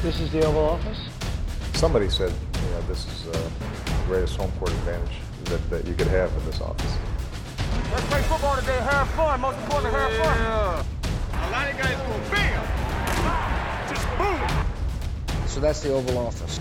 This is the Oval Office? Somebody said, this is the greatest home court advantage that you could have in this office. Let's play football today, have fun. Most important, have fun. A lot of guys go bam, just boom. So that's the Oval Office.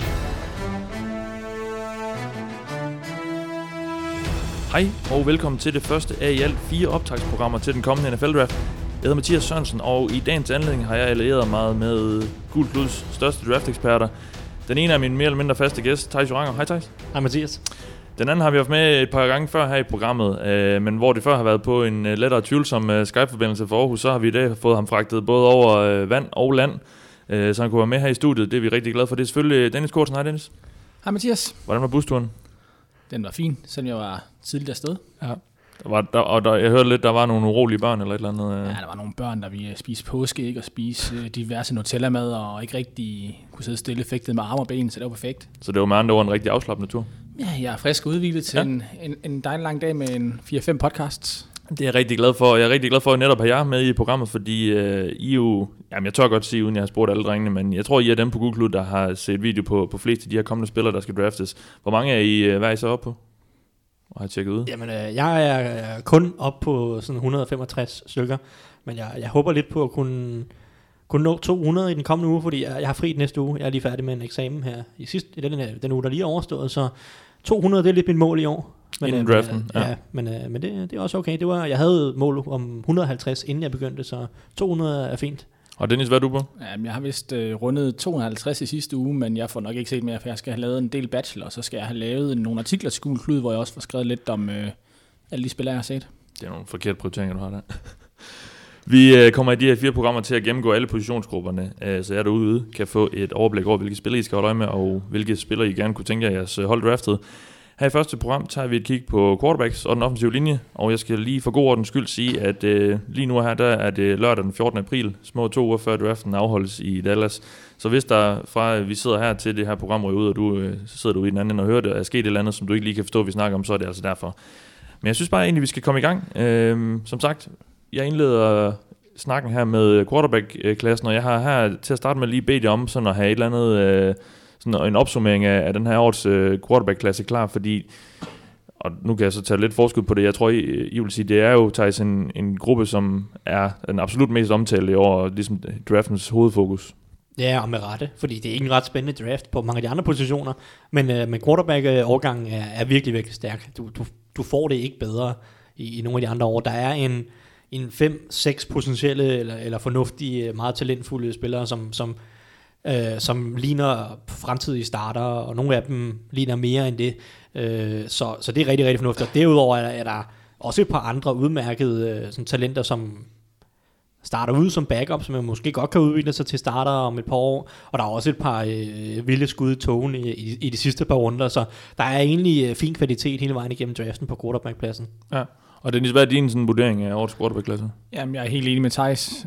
Hej og velkommen til det første af i alt 4 optagsprogrammer til den kommende NFL-draft. Jeg hedder Mathias Sørensen, og i dagens anledning har jeg allieret mig med Gul Kluds største draft-eksperter. Den ene er min mere eller mindre faste gæst, Theis Joranger. Hej Theis. Hej Mathias. Den anden har vi haft med et par gange før her i programmet, men hvor det før har været på en lettere tvivlsom Skype-forbindelse for Aarhus, så har vi i dag fået ham fragtet både over vand og land, så han kunne være med her i studiet. Det er vi rigtig glade for. Det er selvfølgelig Dennis Kortsen. Hej Dennis. Hej Mathias. Hvordan var busturen? Den var fin, selvom jeg var tidligt afsted. Ja. Jeg hørte lidt, der var nogle urolige børn eller et eller andet. Ja, der var nogle børn, der ville spise påskeæg og spise diverse Nutella-mad, og ikke rigtig kunne sidde stille fægtet med arme og ben, så det var perfekt. Så det var med andre ord en rigtig afslappende tur? Ja, jeg er frisk og udhvilet til en dejlig lang dag med en 4-5 podcasts. Det er jeg rigtig glad for, og jeg er rigtig glad for at netop have jer med i programmet, fordi I jo, jamen jeg tør godt sige, uden jeg har spurgt alle drengene, men jeg tror, I er dem på Google Klud, der har set video på flest af de her kommende spillere, der skal draftes. Hvor mange er I, hvad er I så oppe på? Og har tjekket ud? Jamen, jeg er kun oppe på sådan 165 stykker, men jeg håber lidt på at kunne nå 200 i den kommende uge, fordi jeg har fri næste uge. Jeg er lige færdig med en eksamen her i den uge, der lige er overstået, så 200, det er lidt mit mål i år. Inden draften? Ja, men det er også okay. Jeg havde mål om 150, inden jeg begyndte, så 200 er fint. Og Dennis, hvad er du på? Jamen, jeg har vist rundet 250 i sidste uge, men jeg får nok ikke set mere, for jeg skal have lavet en del bachelor, og så skal jeg have lavet nogle artikler til Gul Klud, hvor jeg også får skrevet lidt om alle de spillere, jeg har set. Det er nogle forkerte prioriteringer, du har der. Vi kommer i de her 4 programmer til at gennemgå alle positionsgrupperne, så jeg derude kan få et overblik over, hvilke spillere I skal holde øje med, og hvilke spillere I gerne kunne tænke jer jeres hold draftet. Her i første program tager vi et kig på quarterbacks og den offensive linje, og jeg skal lige for god ordens skyld sige, at lige nu her, der er det lørdag den 14. april, små 2 uger før draften afholdes i Dallas. Så hvis der fra vi sidder her til det her program ryger ud, og du sidder ude i den anden og hører det, er sket et eller andet, som du ikke lige kan forstå, vi snakker om, så er det altså derfor. Men jeg synes bare egentlig, vi skal komme i gang. Som sagt, jeg indleder snakken her med quarterback-klassen, og jeg har her til at starte med lige bedt jer om sådan at have et eller andet... sådan en opsummering af den her års quarterback-klasse klar, fordi, og nu kan jeg så tage lidt forskud på det, jeg tror, I vil sige, det er jo Theis en gruppe, som er den absolut mest omtalte i år, ligesom draftens hovedfokus. Ja, og med rette, fordi det er ikke en ret spændende draft på mange af de andre positioner, men quarterback-årgangen er virkelig, virkelig stærk. Du får det ikke bedre i nogle af de andre år. Der er en 5-6 potentielle eller fornuftige, meget talentfulde spillere, som ligner fremtidige starter, og nogle af dem ligner mere end det. Så det er rigtig, rigtig fornuftigt. Derudover er der også et par andre udmærkede sådan talenter, som starter ud som backup, som man måske godt kan udvikle sig til starter om et par år. Og der er også et par vilde skud i togen i de sidste par runder, så der er egentlig fin kvalitet hele vejen igennem draften på quarterback-pladsen. Ja. Og Dennis, hvad er din sådan vurdering af årets quarterback-klasse? Jamen, jeg er helt enig med Theis.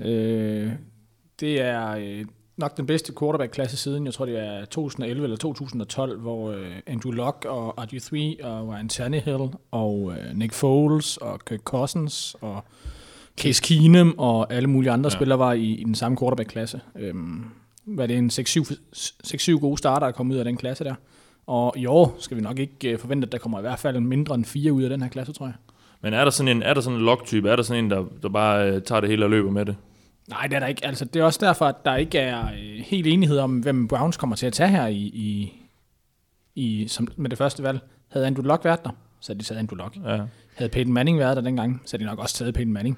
Det er... nok den bedste quarterback-klasse siden, jeg tror det er 2011 eller 2012, hvor Andrew Luck og RG3 og Ryan Tannehill og Nick Foles og Kirk Cousins og Case Keenum og alle mulige andre spillere var i den samme quarterback-klasse. Hvad er det, en 6-7 gode starter, der kommet ud af den klasse der. Og i år skal vi nok ikke forvente, at der kommer i hvert fald mindre end 4 ud af den her klasse, tror jeg. Men er der sådan en Luck-type? Er der sådan en, der bare tager det hele og løber med det? Nej, det er der ikke. Altså, det er også derfor, at der ikke er helt enighed om, hvem Browns kommer til at tage her som med det første valg. Havde Andrew Luck været der, så havde de taget Andrew Luck. Ja. Havde Peyton Manning været der dengang, så havde de nok også taget Peyton Manning.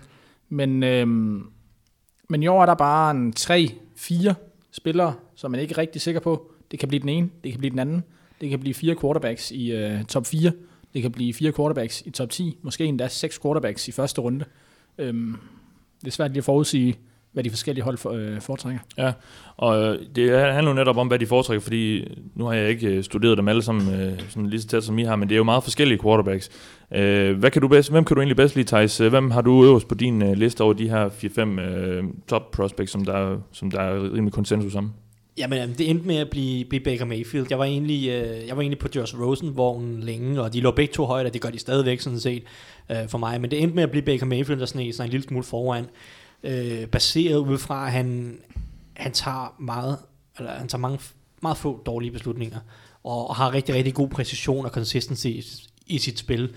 Men i år er der bare en 3-4 spillere, som man ikke er rigtig sikker på. Det kan blive den ene, det kan blive den anden. Det kan blive 4 quarterbacks i top 4. Det kan blive 4 quarterbacks i top 10. Måske endda 6 quarterbacks i første runde. Det er svært lige at forudsige, hvad de forskellige hold foretrækker. Ja, og det handler jo netop om, hvad de foretrækker, fordi nu har jeg ikke studeret dem alle sammen sådan lige så tæt som I har, men det er jo meget forskellige quarterbacks. Hvem kan du egentlig bedst lide, Theis? Hvem har du øverst på din liste over de her 4-5 top prospects, som der er rimelig konsensus om? Jamen, det endte med at blive Baker Mayfield. Jeg var egentlig på Josh Rosen-vognen længe, og de lå begge to højt, og det gør de stadigvæk sådan set for mig. Men det endte med at blive Baker Mayfield, der sådan en lille smule foran. Baseret ud fra, at han tager meget han tager meget få dårlige beslutninger, og har rigtig, rigtig god præcision og consistency i sit spil.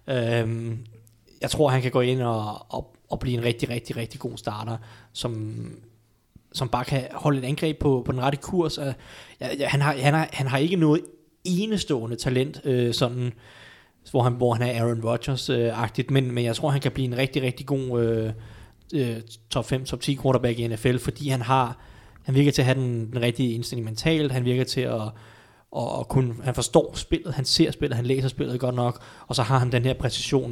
Jeg tror, han kan gå ind og blive en rigtig, rigtig, rigtig god starter, som bare kan holde et angreb på den rette kurs. Han har ikke noget enestående talent, sådan, hvor han er Aaron Rodgers-agtigt, men jeg tror, han kan blive en rigtig, rigtig god top 5, top 10 quarterback i NFL, fordi han virker til at have den rigtige indstilling mentalt, han virker til at han forstår spillet, han ser spillet, han læser spillet godt nok, og så har han den her præcision,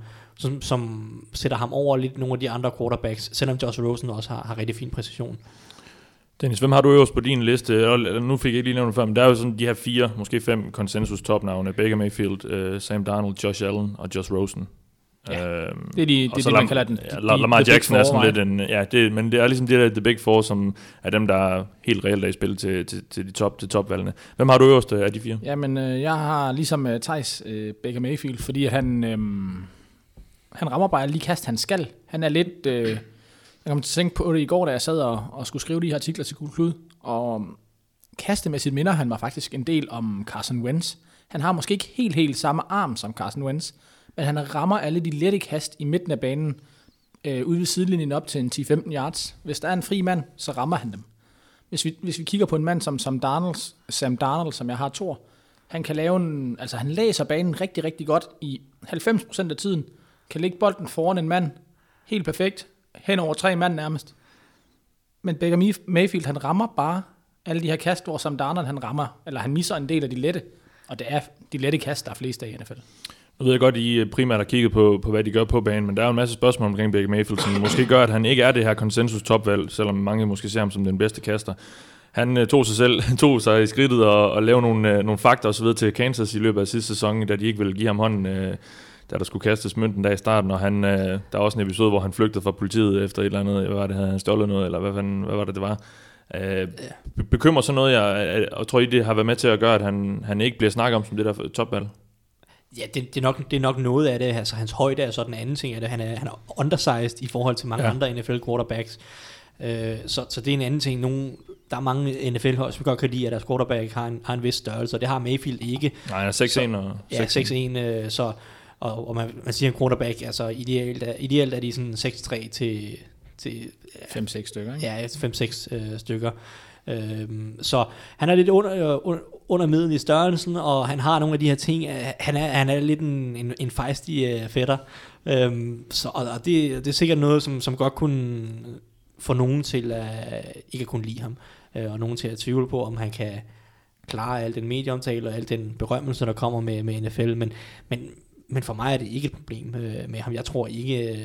som sætter ham over lidt nogle af de andre quarterbacks, selvom Josh Rosen også har rigtig fin præcision. Dennis, hvem har du øverst på din liste? Nu fik jeg ikke lige nævnt før, men der er jo sådan de her 4, måske 5 konsensus topnavne: Baker Mayfield, Sam Darnold, Josh Allen og Josh Rosen. Ja, det er det man kalder den. Lamar Jackson er sådan lidt en... men det er ligesom det der The Big Four, som er dem, der er helt reelt er i spil til de topvalgene. Hvem har du øverst af de 4? Jamen, jeg har ligesom Theis Baker Mayfield, fordi han rammer bare lige kast, han skal. Han er lidt... jeg kom til at tænke på det i går, da jeg sad og skulle skrive de her artikler til Gul Klud, og kastemæssigt minder han mig faktisk en del om Carson Wentz. Han har måske ikke helt samme arm som Carson Wentz, men han rammer alle de lette kast i midten af banen, ude ved sidelinjen op til en 10-15 yards. Hvis der er en fri mand, så rammer han dem. Hvis vi kigger på en mand som Sam Darnold, som jeg har Thor, han kan lave han læser banen rigtig, rigtig godt i 90% af tiden, kan lægge bolden foran en mand, helt perfekt, hen over 3 mand nærmest. Men Baker Mayfield, han rammer bare alle de her kast, hvor Sam Darnold han misser en del af de lette, og det er de lette kast, der er flest af i NFL. Nu ved jeg godt, at I primært har kigget på, hvad de gør på banen, men der er jo en masse spørgsmål omkring Baker Mayfield, som måske gør, at han ikke er det her konsensus-topvalg, selvom mange måske ser ham som den bedste kaster. Han tog sig i skridtet og lavede nogle fakta og så videre til Kansas i løbet af sidste sæson, da de ikke ville give ham hånden, da der skulle kastes mønten der i starten, og der er også en episode, hvor han flygtede fra politiet efter et eller andet, hvad var det, havde han stjålet noget, eller hvad var det var? Bekymrer så noget, og tror I, det har været med til at gøre, at han ikke bliver snakket om som det der topvalg? Ja, det er nok noget af det. Altså, hans højde er så den anden ting af det. Han er undersized i forhold til mange andre NFL quarterbacks. Så det er en anden ting. Der er mange NFL-hold, som godt kan lide, at deres quarterback har en vis størrelse, og det har Mayfield ikke. Nej, han er 6'1. Så og man siger en quarterback, altså ideelt er de sådan 6'3 til 5-6 stykker, ikke? Ja, 5-6 stykker. Så han er lidt under middel i størrelsen, og han har nogle af de her ting. Han er lidt en fejstig fætter. Og det er sikkert noget, som godt kunne få nogen til at ikke at kunne lide ham, og nogen til at tvivle på, om han kan klare al den medieomtale og al den berømmelse, der kommer med NFL. Men for mig er det ikke et problem med ham. Jeg tror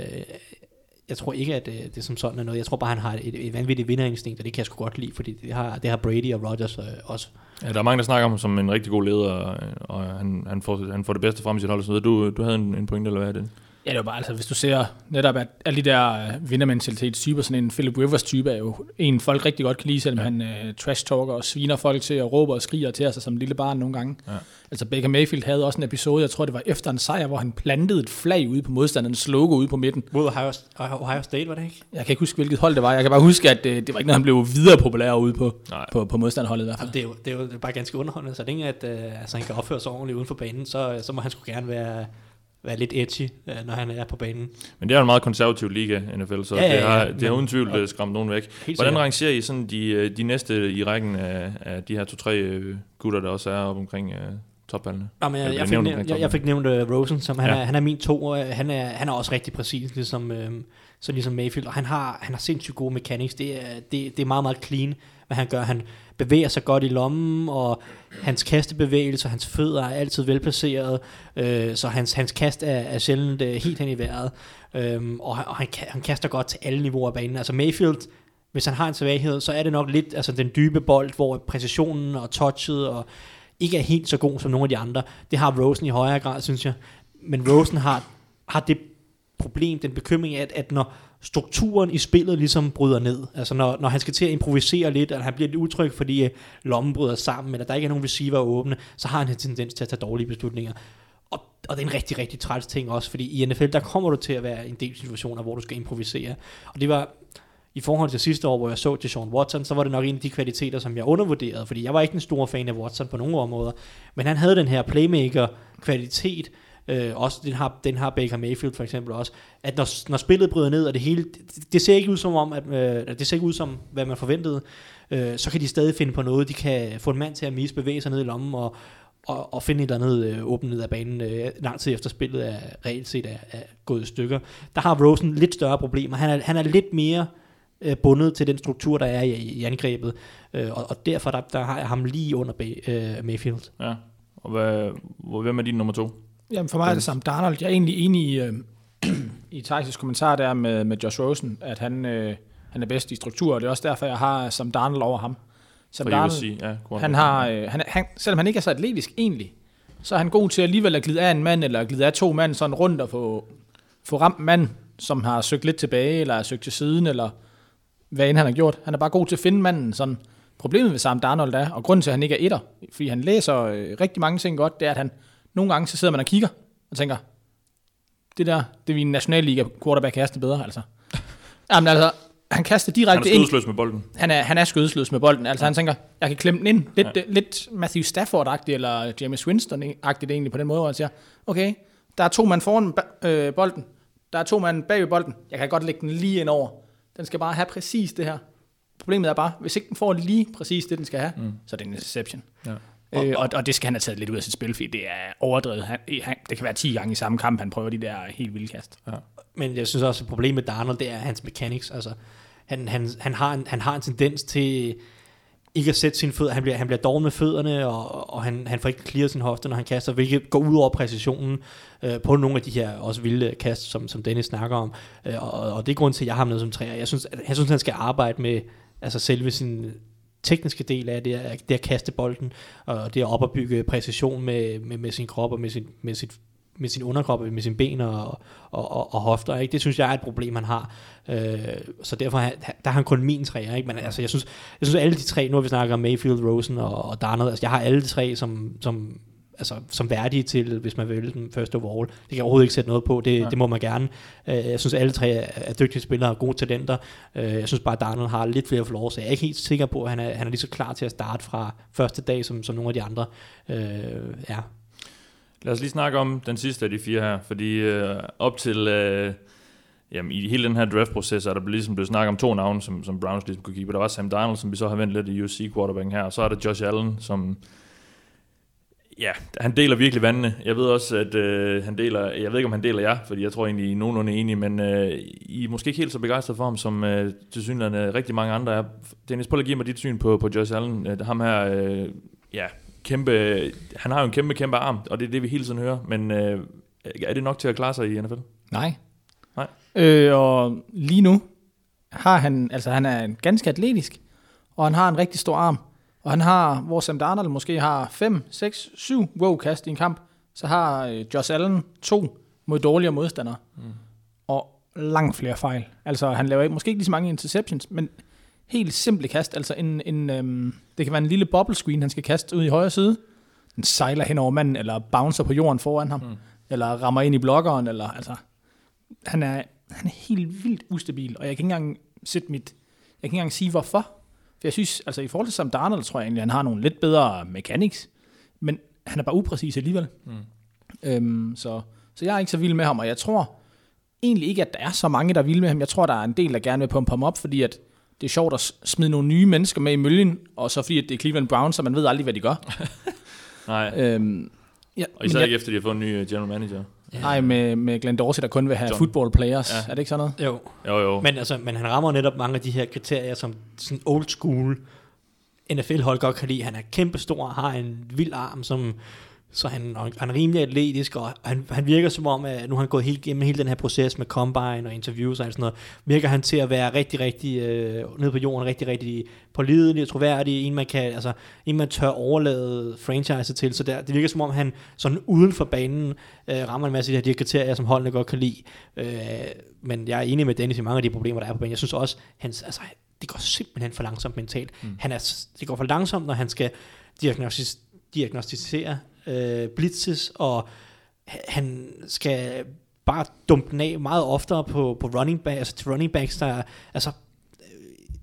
ikke, at det som sådan er noget. Jeg tror bare, han har et vanvittigt vinderinstinkt, og det kan jeg sgu godt lide, fordi det har Brady og Rodgers også. Ja, der er mange, der snakker om ham som en rigtig god leder, og han får det bedste frem i sit hold og sådan noget. Du havde en pointe, eller hvad er det? Ja, det var bare, altså, hvis du ser netop, at alle de der vindermentalitetstyper, sådan en Philip Rivers-type, er jo en, folk rigtig godt kan lide, selvom han trash-talker og sviner folk til at råbe og skriger til sig som en lille barn nogle gange. Ja. Altså Baker Mayfield havde også en episode, jeg tror det var efter en sejr, hvor han plantede et flag ude på modstanderens logo ude på midten. Mod Ohio State, var det ikke? Jeg kan ikke huske, hvilket hold det var. Jeg kan bare huske, at det var ikke noget, han blev videre populær ude på modstanderholdet i hvert fald. Det er jo bare ganske underholdende, så længe at han kan opføre sig ordentligt uden for banen, så må han sgu gerne være lidt edgy, når han er på banen. Men det er en meget konservativ liga, NFL, så det har uden tvivl skræmt nogen væk. Hvordan rangerer I sådan de næste i rækken af de her 2-3 gutter, der også er oppe omkring topvalgene? Jeg fik nævnt Rosen, som han er min 2. Han er også rigtig præcis, ligesom Mayfield, og han har sindssygt gode mechanics. Det er meget, meget clean, hvad han gør. Han bevæger sig godt i lommen, og hans kastebevægelser, hans fødder er altid velplaceret, så hans kast er sjældent helt hen i vejret, og han kaster godt til alle niveauer af banen. Altså Mayfield, hvis han har en svaghed, så er det nok lidt altså den dybe bold, hvor præcisionen og touchet og ikke er helt så god som nogle af de andre. Det har Rosen i højere grad, synes jeg. Men Rosen har det problem, den bekymring, at når strukturen i spillet ligesom bryder ned, altså når han skal til at improvisere lidt, eller han bliver lidt utryg, fordi lommen bryder sammen, eller der ikke er nogen receiver åbne, så har han en tendens til at tage dårlige beslutninger. Og det er en rigtig, rigtig træls ting også, fordi i NFL, der kommer du til at være en del situationer, hvor du skal improvisere. Og det var i forhold til sidste år, hvor jeg så Deshaun Watson, så var det nok en af de kvaliteter, som jeg undervurderede, fordi jeg var ikke en stor fan af Watson på nogle områder, men han havde den her playmaker-kvalitet, også den har Baker Mayfield for eksempel også, at når spillet bryder ned, og det hele, det ser ikke ud som om, det ser ikke ud som, hvad man forventede, så kan de stadig finde på noget, de kan få en mand til at bevæge sig ned i lommen, og finde et eller andet åbent ned af banen lang tid efter spillet er reelt set er gået i stykker. Der har Rosen lidt større problemer. Han er lidt mere bundet til den struktur, der er i angrebet, og derfor der har jeg ham lige under Mayfield. Ja, og hvem er din nummer 2? Jamen for mig er det Sam Darnold. Jeg er egentlig enig i Thijs' kommentar der med Josh Rosen, at han er bedst i struktur, og det er også derfor, jeg har Sam Darnold over ham. Sam Darnold, han selvom han ikke er så atletisk egentlig, så er han god til alligevel at glide af en mand, eller glide af 2 mand sådan rundt og få ramt mand, som har søgt lidt tilbage, eller har søgt til siden, eller hvad end han har gjort. Han er bare god til at finde manden sådan. Problemet ved Sam Darnold er, og grunden til, at han ikke er etter, fordi han læser rigtig mange ting godt, det er, at han nogle gange så sidder man og kigger og tænker, det vil en nationalliga quarterback kaste bedre, altså. Jamen altså, han kaster direkte ind. Han er skødesløs med bolden. Han er skødesløs med bolden. Altså han tænker, jeg kan klemme den ind. Lidt Matthew Stafford-agtigt, eller James Winston-agtigt egentlig på den måde, hvor han siger, okay, der er 2 mand foran bolden. Der er 2 mand bag ved bolden. Jeg kan godt lægge den lige ind over. Den skal bare have præcis det her. Problemet er bare, hvis ikke den får lige præcis det, den skal have, så er det en interception. Ja. Og det skal han have taget lidt ud af sit spil, fordi det er overdrevet. Det kan være 10 gange i samme kamp, han prøver de der helt vilde kast. Ja. Men jeg synes også, at problemet med Darnold, det er hans mechanics. Altså, han har en tendens til ikke at sætte sine fødder. Han bliver doven med fødderne, og han får ikke clearet sin hofte, når han kaster, hvilket går ud over præcisionen på nogle af de her også vilde kast, som Dennis snakker om. Og det er grund til, at jeg har ham ned som 3'er. Jeg synes, han skal arbejde med altså selve sin tekniske del af det at kaste bolden, og det at opbygge præcision med sin krop og med sin underkrop, med sine ben og hofter, ikke? Det synes jeg er et problem, han har. Så derfor der har han kun min 3'er, ikke? Men altså, jeg synes alle de 3, nu har vi snakket om Mayfield, Rosen og Darnold, altså jeg har alle de 3 som værdige til, hvis man vil vælge den første overall. Det kan jeg overhovedet ikke sætte noget på, det må man gerne. Jeg synes, alle 3 er dygtige spillere og gode talenter. Jeg synes bare, at Darnold har lidt flere flaws, så jeg er ikke helt sikker på, at han er lige så klar til at starte fra første dag, som nogle af de andre. Ja. Lad os lige snakke om den sidste af de 4 her, fordi op til i hele den her draft-proces er der ligesom blevet snakket om 2 navne, som Browns ligesom kunne kigge på. Der var Sam Darnold, som vi så har vendt lidt i USC-quarterbacken her, og så er der Josh Allen, som han deler virkelig vandene. Jeg ved også, at jeg ved ikke, om han deler jer, fordi jeg tror egentlig, I er nogenlunde enige, men I er måske ikke helt så begejstrede for ham, som tilsyneladende rigtig mange andre er. Dennis, prøv at give mig dit syn på Josh Allen. Ham her, han har jo en kæmpe arm, og det er det, vi hele tiden hører, men er det nok til at klare sig i NFL? Nej. Og lige nu har han er ganske atletisk, og han har en rigtig stor arm. Og han har, hvor Sam Darnold måske har 5, 6, 7 wow-kast i en kamp, så har Josh Allen 2 mod dårligere modstandere. Og langt flere fejl. Altså han laver måske ikke lige så mange interceptions, men helt simple kast. Altså det kan være en lille bubble screen, han skal kaste ud i højre side. Den sejler hen over manden, eller bouncer på jorden foran ham, eller rammer ind i blokkeren, eller altså han er helt vildt ustabil, og jeg kan ikke engang sige hvorfor. For jeg synes, altså i forhold til Sam Darnold, tror jeg egentlig, han har nogle lidt bedre mechanics, men han er bare upræcis alligevel. Så jeg er ikke så vild med ham, og jeg tror egentlig ikke, at der er så mange, der er vilde med ham. Jeg tror, der er en del, der gerne vil pumpe ham op, fordi at det er sjovt at smide nogle nye mennesker med i møljen, og så fordi at det er Cleveland Browns, så man ved aldrig, hvad de gør. Nej. Og især ikke efter, de har fået en ny general manager. Nej, med Glenn Dorsey, der kun vil have football players. Ja. Er det ikke sådan noget? Jo. Men han rammer netop mange af de her kriterier, som sådan old school NFL-hold godt kan lide. Han er kæmpestor, har en vild arm, så han er rimelig atletisk, og han virker som om, at nu har han gået helt gennem hele den her proces med combine og interviews og sådan noget, virker han til at være rigtig nede på jorden, rigtig pålidelig og troværdig, en man tør overlade franchise til, så det virker som om, han sådan uden for banen rammer en masse af de her kriterier, som holdene godt kan lide, men jeg er enig med Dennis i mange af de problemer, der er på banen. Jeg synes også, det går simpelthen for langsomt mentalt. Det går for langsomt, når han skal diagnostisere blitzes, og han skal bare dumpe den af meget oftere på running back, altså til running backs, der altså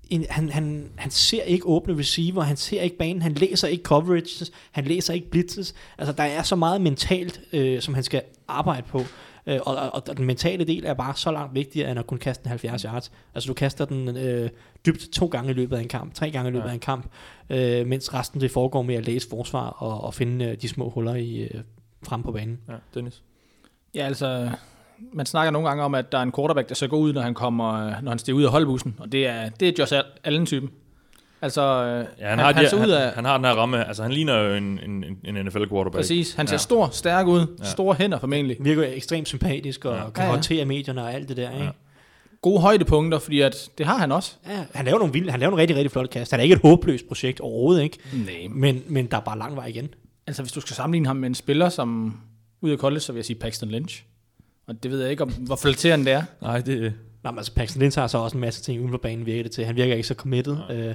han ser ikke åbne receiver, han ser ikke banen, han læser ikke coverage, han læser ikke blitzes. Altså, der er så meget mentalt, som han skal arbejde på. Og den mentale del er bare så langt vigtigere, end at kunne kaste den 70 yards. Altså, du kaster den dybt 2 gange i løbet af en kamp, 3 gange i løbet af en kamp, mens resten det foregår med at læse forsvar og finde de små huller frem på banen. Ja, Dennis? Ja, altså, man snakker nogle gange om, at der er en quarterback, der så går ud, når han stiger ud af holdbussen, og det er Josh Allen-typen. Altså, ja, han har den her ramme, altså han ligner jo en NFL-quarterback. Præcis, han ser stor, stærk ud, store hænder formentlig. Virker ekstremt sympatisk og kan håndtere medierne og alt det der, ikke? Ja. Gode højdepunkter, fordi at det har han også. Ja, han laver nogle rigtig, rigtig flotte kast. Han er ikke et håbløst projekt overhovedet, ikke? Nej. Men der er bare lang vej igen. Altså, hvis du skal sammenligne ham med en spiller, som ud af college, så vil jeg sige Paxton Lynch. Og det ved jeg ikke, hvor flatterende det er. Nej, det... Nej, men altså Paxton Lynch har så også en masse ting uden for banen, virker det til. Han virker ikke så committed.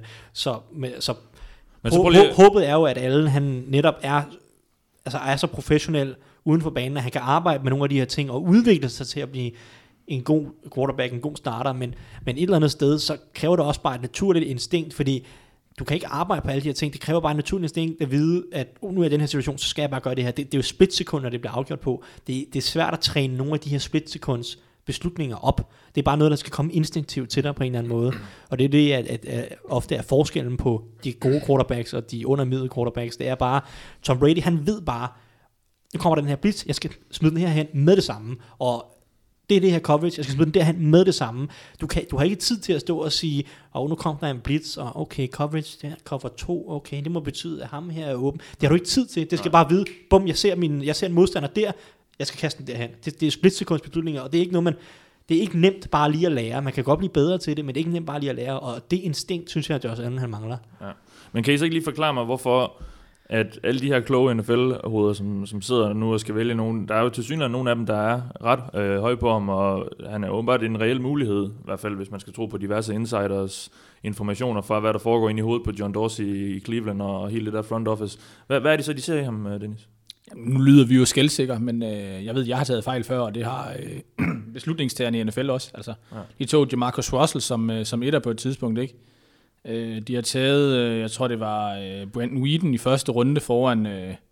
Håbet er jo, at Allen, han netop er så professionel uden for banen, at han kan arbejde med nogle af de her ting og udvikle sig til at blive en god quarterback, en god starter, men et eller andet sted, så kræver det også bare et naturligt instinkt, fordi du kan ikke arbejde på alle de her ting. Det kræver bare et naturligt instinkt at vide, at nu er jeg i den her situation, så skal jeg bare gøre det her. Det er jo splitsekunder, det bliver afgjort på. Det er svært at træne nogle af de her splitsekunds beslutninger op. Det er bare noget, der skal komme instinktivt til dig på en eller anden måde. Og det er det, at ofte er forskellen på de gode quarterbacks og de undermiddel quarterbacks. Det er bare, Tom Brady, han ved bare, nu kommer den her blitz, jeg skal smide den her hen med det samme. Og det er det her coverage, jeg skal smide den derhen med det samme. Du har ikke tid til at stå og sige, nu kommer der en blitz, og okay, coverage, det er cover 2, okay, det må betyde, at ham her er åben. Det har du ikke tid til. Det skal bare vide, bum, jeg ser en modstander der, jeg skal kaste den derhen. Det er splitsekunds beslutninger, og det er ikke det er ikke nemt bare lige at lære. Man kan godt blive bedre til det, men det er ikke nemt bare lige at lære, og det instinkt, synes jeg, at Josh Allen, han mangler. Ja. Men kan I så ikke lige forklare mig, hvorfor at alle de her kloge NFL-hoveder, som sidder nu og skal vælge nogen, der er jo tilsyneladende nogle af dem, der er ret høje på ham, og han er åbenbart en reel mulighed, i hvert fald hvis man skal tro på diverse insiders informationer fra, hvad der foregår inde i hovedet på John Dorsey i Cleveland og hele det der front office. Hvad er det så, de ser i ham, Dennis? Nu lyder vi jo skældsikker, men jeg ved, jeg har taget fejl før, og det har beslutningstagerne i NFL også. Altså, de tog Jamarcus Russell som etter på et tidspunkt, ikke? De har taget, jeg tror det var Brandon Whedon i første runde foran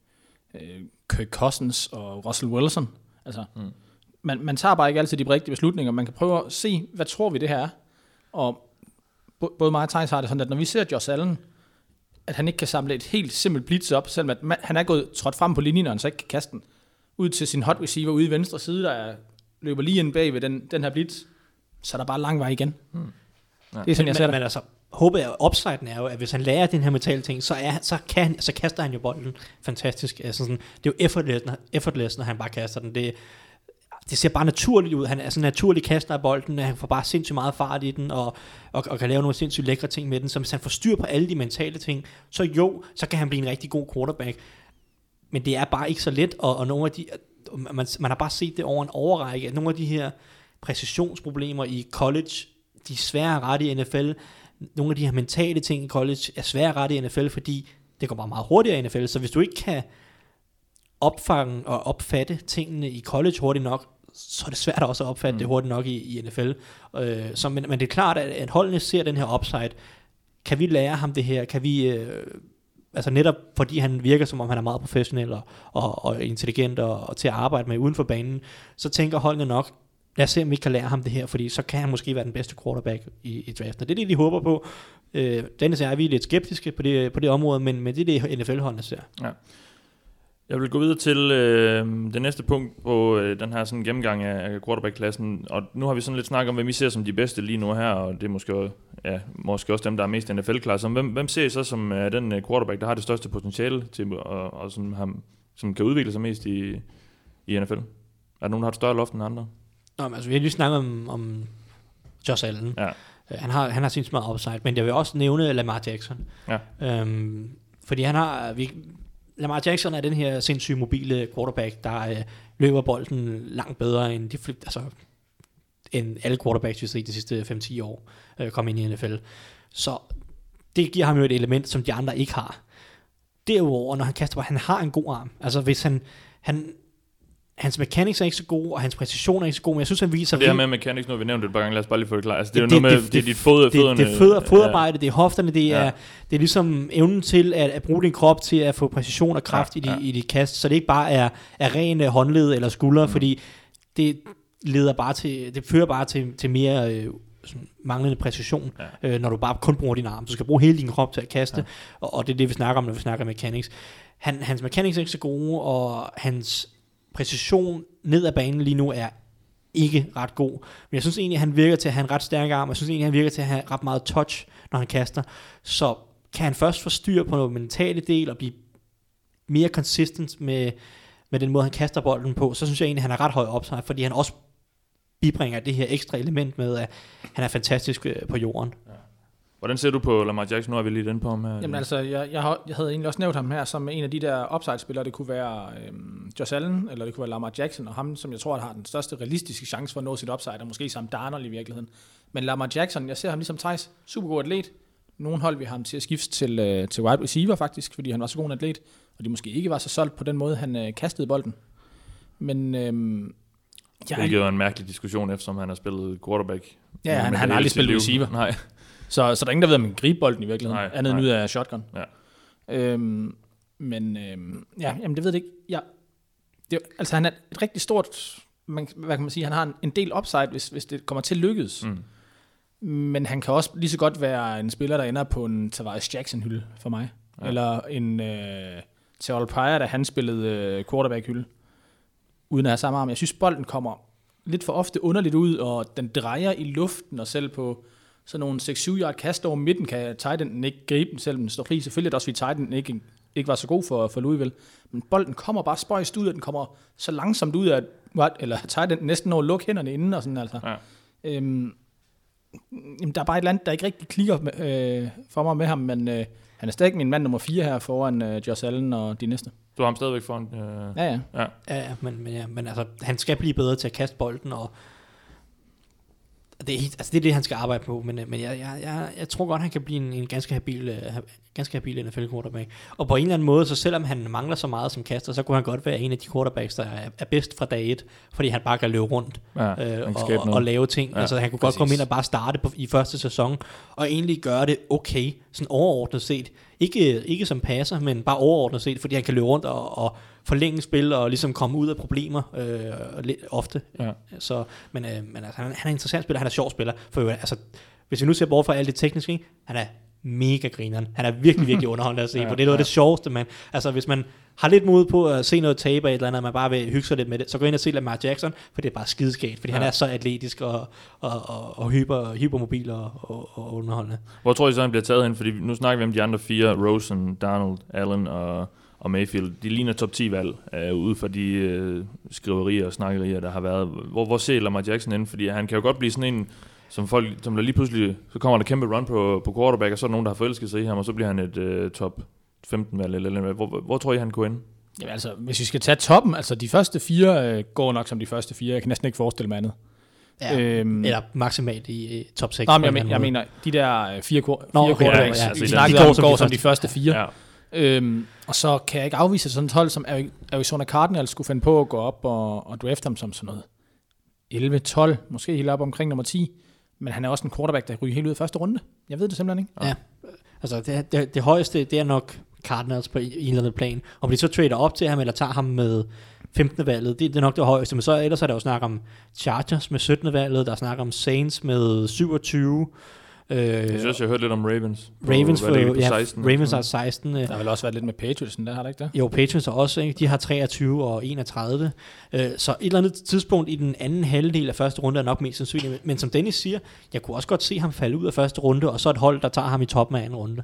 Kirk Cousins og Russell Wilson. Altså, man tager bare ikke altid de rigtige beslutninger. Man kan prøve at se, hvad tror vi det her er. Og både mig og Thijs har det sådan, at når vi ser Josh Allen, at han ikke kan samle et helt simpelt blitz op, selvom at han er trådt frem på linjen, og han så ikke kan kaste den ud til sin hot receiver ude i venstre side, der løber lige ind bag ved den her blitz, så er der bare lang vej igen. Ja. Det er sådan, jeg ser det. Men altså, håbet er, upsiden er jo, at hvis han lærer den her mentale ting, så kaster han jo bolden fantastisk. Altså sådan, det er jo effortless, når han bare kaster den. Det ser bare naturligt ud. Han er sådan en naturlig kaster af bolden, han får bare sindssygt meget fart i den, og kan lave nogle sindssygt lækre ting med den. Så hvis han får styr på alle de mentale ting, så kan han blive en rigtig god quarterback. Men det er bare ikke så let, og nogle af de, man har bare set det over en overrække, at nogle af de her præcisionsproblemer i college, de er svære at rette i NFL. Nogle af de her mentale ting i college er svære at rette i NFL, fordi det går bare meget hurtigere i NFL. Så hvis du ikke kan opfange og opfatte tingene i college hurtigt nok, så er det svært også at opfatte det hurtigt nok i NFL. Men det er klart, at holdene ser den her upside. Kan vi lære ham det her? Kan vi, altså netop fordi han virker som om han er meget professionel og intelligent og til at arbejde med uden for banen, så tænker holdene nok, lad os se om vi kan lære ham det her, fordi så kan han måske være den bedste quarterback i draften. Det er det, de håber på. Dennis er vi lidt skeptiske på det område, men det er det, NFL-holdene ser. Ja. Jeg vil gå videre til det næste punkt på den her sådan gennemgang af quarterback-klassen, og nu har vi sådan lidt snakket om, hvem vi ser som de bedste lige nu her, og det er måske også dem, der er mest NFL-klasse. Hvem ser I så som den quarterback, der har det største potentiale til, og som kan udvikle sig mest i NFL? Er der nogen, der har et større loft end andre? Nå, men altså, vi har lige snakket om Josh Allen. Ja. Han har sindssygt meget upside, men jeg vil også nævne Lamar Jackson. Ja. Fordi Lamar Jackson er den her sindssygt mobile quarterback, der løber bolden langt bedre end end alle quarterbacks, vi har set de sidste 5-10 år kom ind i NFL. Så det giver ham jo et element, som de andre ikke har. Derudover, når han kaster, han har en god arm. Altså hvis han hans mechanics er ikke så god, og hans præcision er ikke så god, men jeg synes, han viser... Det her med mechanics, nu vi nævnt det et par gange, lad os bare lige få det klart. Altså, det er jo noget med, det er dit fødderne. Det er fodarbejde, det er hofterne, det er ligesom evnen til at bruge din krop til at få præcision og kraft i dit kast, så det ikke bare er ren håndled eller skulder, fordi det fører bare til mere manglende præcision, når du bare kun bruger din arm. Du skal bruge hele din krop til at kaste, og det er det, vi snakker om, når vi snakker mechanics. Hans mechanics er ikke så gode, og hans præcision ned ad banen lige nu er ikke ret god. Men jeg synes egentlig, at han virker til at have en ret stærk arm, og jeg synes egentlig, at han virker til at have ret meget touch, når han kaster. Så kan han først få styr på noget mentale del, og blive mere consistent med den måde, han kaster bolden på, så synes jeg egentlig, at han er ret høj op, fordi han også bibringer det her ekstra element med, at han er fantastisk på jorden. Ja. Hvordan ser du på Lamar Jackson? Nu er vi lige den på ham her. Jamen altså, jeg havde egentlig også nævnt ham her som en af de der upside-spillere. Det kunne være Josh Allen, eller det kunne være Lamar Jackson, og ham, som jeg tror, har den største realistiske chance for at nå sit upside, og måske Sam Darnold i virkeligheden. Men Lamar Jackson, jeg ser ham ligesom Theis, super god atlet. Nogle hold vi ham til at skifte til wide receiver faktisk, fordi han var så god en atlet, og de måske ikke var så solgt på den måde, han kastede bolden. Men... hvilket var en mærkelig diskussion, eftersom han har spillet quarterback. Ja, han har aldrig spillet receiver. Nej. Så der er ingen, der ved, om man kan gribe bolden i virkeligheden, andet end ud af shotgun. Ja. Jamen det ved jeg ikke. Altså han er et rigtig stort, hvad kan man sige, han har en del upside, hvis det kommer til at lykkes. Men han kan også lige så godt være en spiller, der ender på en Tavares Jackson-hylde for mig. Ja. Eller en Terrell Pryor, da han spillede quarterback-hylde, uden at have samme arm. Jeg synes, bolden kommer lidt for ofte underligt ud, og den drejer i luften, og selv på sådan nogle 6-7 yard kast over midten, kan Titan ikke gribe den, selvom den står fri. Selvfølgelig er det også, fordi Titan ikke var så god for Louisville. Men bolden kommer bare spøjst ud, og den kommer så langsomt ud, at Titan næsten når at lukke hænderne inden, og sådan altså. Ja. Der er bare et eller andet, der ikke rigtig klikker for mig med ham, men han er stadig min mand nummer 4 her foran Josh Allen og de næste. Du har ham stadigvæk foran? Ja, men altså, han skal blive bedre til at kaste bolden, og det er det, han skal arbejde på, men jeg tror godt, han kan blive en ganske habil NFL quarterback. Og på en eller anden måde, så selvom han mangler så meget som kaster, så kunne han godt være en af de quarterbacks, der er bedst fra dag 1, fordi han bare kan løbe rundt og lave ting. Ja, altså han kunne godt komme ind og bare starte i første sæson, og egentlig gøre det okay, sådan overordnet set. Ikke som passer, men bare overordnet set, fordi han kan løbe rundt og forlænge spil og ligesom komme ud af problemer ofte. Ja. Så, men altså, han er en interessant spiller, han er sjov spiller. For altså, hvis vi nu ser bort fra alt det tekniske, han er mega grineren. Han er virkelig, virkelig underholdende at se på. Det er noget af det sjoveste, man. Altså, hvis man har lidt mod på at se noget tape af et eller andet, og man bare vil hygge sig lidt med det, så gå ind og se Lamar Jackson, for det er bare skideskægt, fordi han er så atletisk og hypermobil og underholdende. Hvor tror I så, han bliver taget hen? Fordi nu snakker vi om de andre 4, Rosen, Darnold, Allen og Mayfield. De ligner top 10-valg ud fra de skriverier og snakkerier, der har været. Hvor ser Lamar Jackson ind? Fordi han kan jo godt blive sådan en, som der lige pludselig, så kommer der kæmpe run på quarterback, og så er der nogen, der har forelsket sig i ham, og så bliver han et top 15-valg eller hvor tror I, han går ind? Jamen altså, hvis vi skal tage toppen, altså de første 4 går nok som de første 4. Jeg kan næsten ikke forestille mig andet. Ja, eller maksimalt i top 6. Jeg mener, de der 4 quarterbacks, de går som de første 4. Ja. Og så kan jeg ikke afvise sådan et hold, som Arizona Cardinals skulle finde på at gå op og drafte ham som sådan noget 11-12, måske helt op omkring nummer 10. Men han er også en quarterback, der ryger helt ud i første runde. Jeg ved det simpelthen ikke. Ja, altså det højeste, det er nok Cardinals på en eller anden plan. Om de så trader op til ham, eller tager ham med 15. valget, det er nok det højeste. Men så ellers er der jo snak om Chargers med 17. valget, der er snak om Saints med 27. Jeg synes, jeg hørte lidt om Ravens. Ravens på 16. Ravens har 16. Der har vel også været lidt med Patriots, der har der ikke det? Jo, Patriots har også, ikke? De har 23 og 31. Så et eller andet tidspunkt i den anden halvdel af første runde er nok mest sandsynligt. Men som Dennis siger, jeg kunne også godt se ham falde ud af første runde, og så et hold, der tager ham i toppen af anden runde.